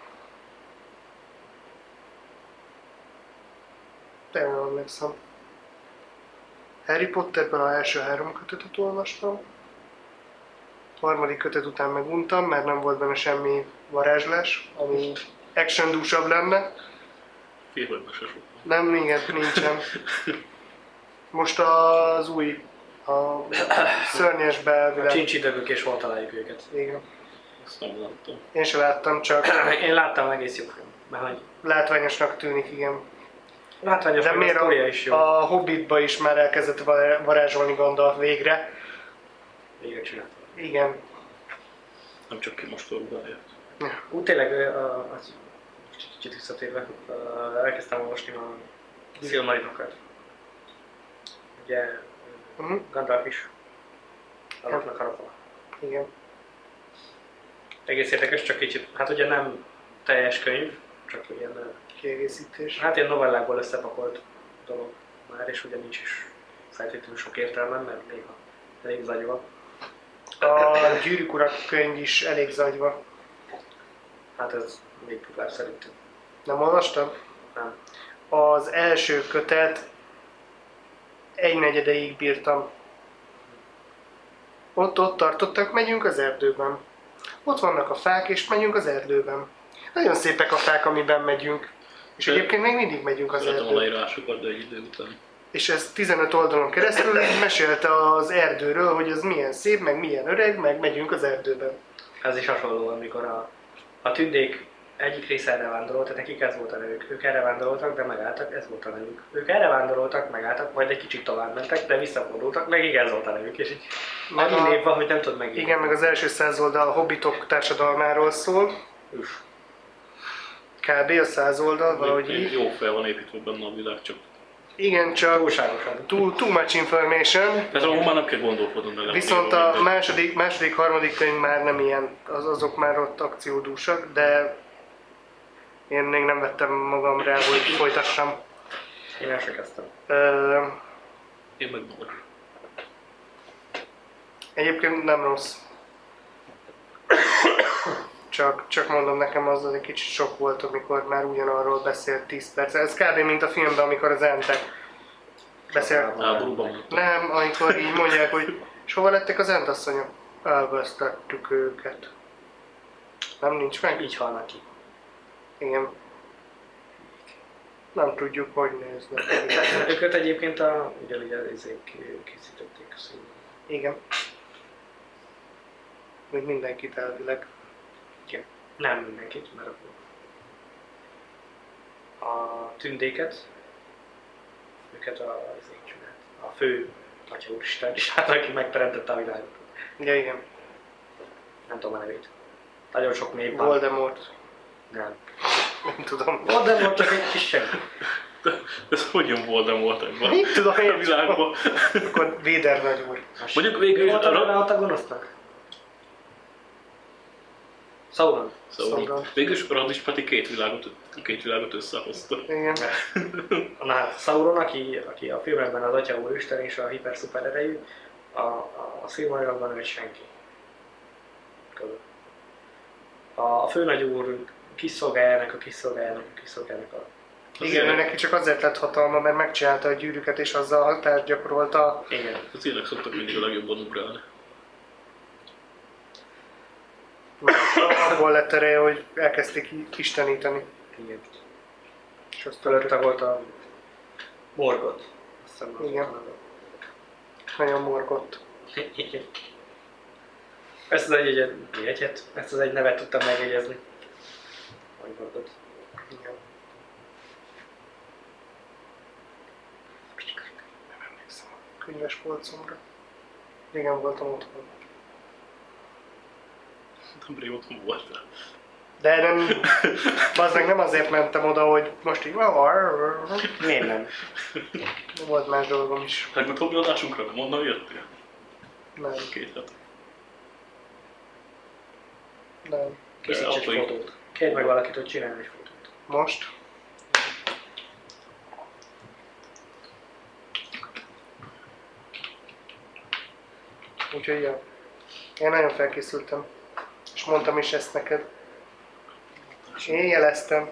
Tényleg emlékszem. Harry Potterben az első 3 kötetet olvastam. A harmadik kötet után meguntam, mert nem volt benne semmi varázslás, ami action-dúsabb lenne. Filmben se sok. Nem, igen, nincsen. Most az új, a szörnyes A belvilág. csincsidövök és hol találjuk őket. Igen. Azt nem láttam. Én se láttam, csak Én láttam egész jó film. Mert hogy látványosnak tűnik, igen. látványos, De meg a miért sztoria is jó. a Hobbitba is már elkezdett varázsolni Gandalf végre. Végre csináltam. Igen. Nem csak ki most próbálják. Úgy tényleg, kicsit visszatérve, elkezdtem olvasni a Silmarinokat. Ugye Gandalf is alapnak harapva. Igen. Egész érdekes, csak kicsit, hát ugye nem teljes könyv, csak ilyen, Kiegészítés. hát ilyen novellákból összepakolt dolog már, és ugye nincs is feltétlenül sok értelme, mert néha elég zagyva. A Gyűrűk Ura könyv is elég zagyva. Hát ez még populár szerintem. Nem olvastam? Nem. Az első kötet 1/4-ig bírtam. Ott tartottak, megyünk az erdőben. Ott vannak a fák, és megyünk az erdőben. Nagyon szépek a fák, amiben megyünk. És egyébként még mindig megyünk az Szeretem a erdőben. leírásokat, de egy idő után. És ez 15 oldalon keresztül így mesélte az erdőről, hogy az milyen szép, meg milyen öreg, meg megyünk az erdőben. Ez is hasonló, amikor a tündék egyik része erre vándorolt, tehát nekik ez volt a nevük. Ők erre vándoroltak, de megálltak, ez volt a nevük. Ők erre vándoroltak, megálltak, majd egy kicsit tovább mentek, de visszafordultak, nekik ez volt a nevük. És így Meg annyi a- név van, hogy nem tudod megírni. Igen, meg az első 100 oldal a hobbitok társadalmáról szól. Üff. Kb. A 100 oldal, valahogy így. Jó fel van építve benne a világ, csak... Igen, csak Túlságosan. too much information. Tehát ahol már nem kell gondolkodnom bele. Viszont a második, harmadik könyv már nem ilyen, azok már ott akciódúsak, de én még nem vettem magam rá, hogy folytassam. Én el se kezdtem. Én meg magam. Egyébként nem rossz. Csak mondom, nekem az egy kicsit sok volt, amikor már ugyanarról beszélt 10 perc. Ez kb. Mint a filmben, amikor az entek beszél. Háborúban. Nem, amikor így mondják, hogy és hova lettek az entasszonyok? Elvesztettük őket. Nem, nincs meg? Így halnak ki. Igen. Nem tudjuk, hogy néznek. Őket egyébként ugyanúgy készítették a színben. Igen. Még mindenkit elvileg. Igen. Nem mindenkit, mert a tündéket, őket a fő Atya Úristen is, hát aki megteremtette a világot. Ja, igen. Nem tudom a nevét. Nagyon sok név van. Voldemort. Nem. Nem tudom. Voldemort csak egy kis semmi. Ez hogy jön Voldemort ebben Mit tudom a én? világban? Akkor Véder nagyúr. Mondjuk végül Ő is volt a antagonosznak? Sauron. Szóval végül is Radis Peti két világot összehozta. Igen. Na hát, Sauron, aki a filmekben az Atya Úristen és a hiper-szuper erejű, a Silmarillion ő egy senki. A főnagyúr kiszolgáljának a... Igen, ő neki csak azért lett hatalma, mert megcsinálta a gyűrűket és azzal hatást gyakorolta. Igen. Az ilyenek szoktak mindig a legjobban ugrálni. Abból lett ereje, hogy elkezdték isteníteni. Igen. És azt Fölötte volt a Morgoth. Azt hiszem, az Igen. volt a neve. nagyon morgott. Igen. Ezt az ezt az egy nevet tudtam megjegyezni. Hogy mondod? Igen. Nem emlékszem a könyves polcomra. Régen voltam otthon. Nem rég otthon voltál. De nem, bazdmeg nem azért mentem oda, hogy most így Miért nem? volt más dolgom is. Legutóbbi adásunkra nem onnan jöttél? Nem, 2 hete. nem. Készíts egy fotót. Kérj meg valakit, hogy csinálj egy fotót. Most? Úgyhogy ja. Én nagyon felkészültem. És mondtam is ezt neked. És én jeleztem.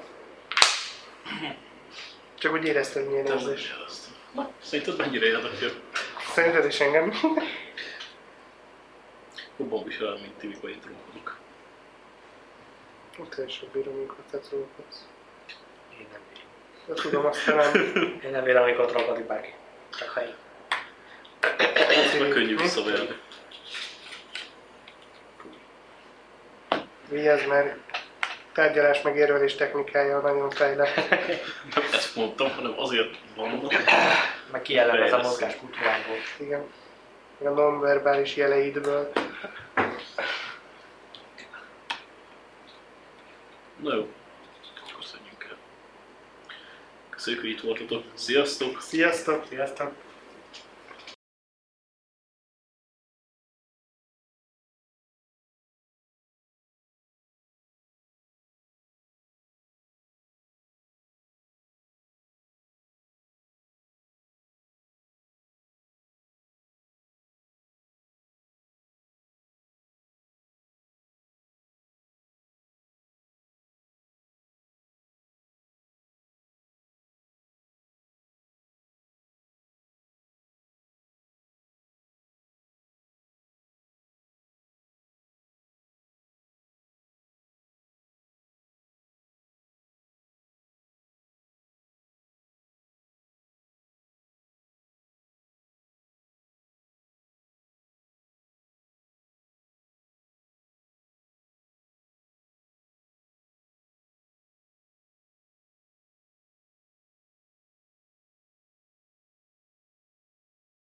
Csak úgy éreztem, hogy milyen Te érzés. nem jeleztem. Na, szerinted mennyire érdekel? Szerinted is engem? Jobban visel, mint ti, mikor én trónkodok. Teljesen bírom, amikor te trókodsz. Én nem bírom. De tudom, azt te nem. Én nem bírom, amikor trollkodik bárki. Csak ha én. Meg könnyű visszaverni. Vigyázz, mert tárgyalás meg érvelés technikája nagyon fejlett. Nem ezt mondtam, hanem azért vannak. Meg kijellemez a Fejlesztő. mozgás kultúránkból. Igen. A nonverbális jeleidből. Na jó, akkor szedjünk el. Köszönjük, hogy itt voltatok. Sziasztok! Sziasztok! Sziasztok!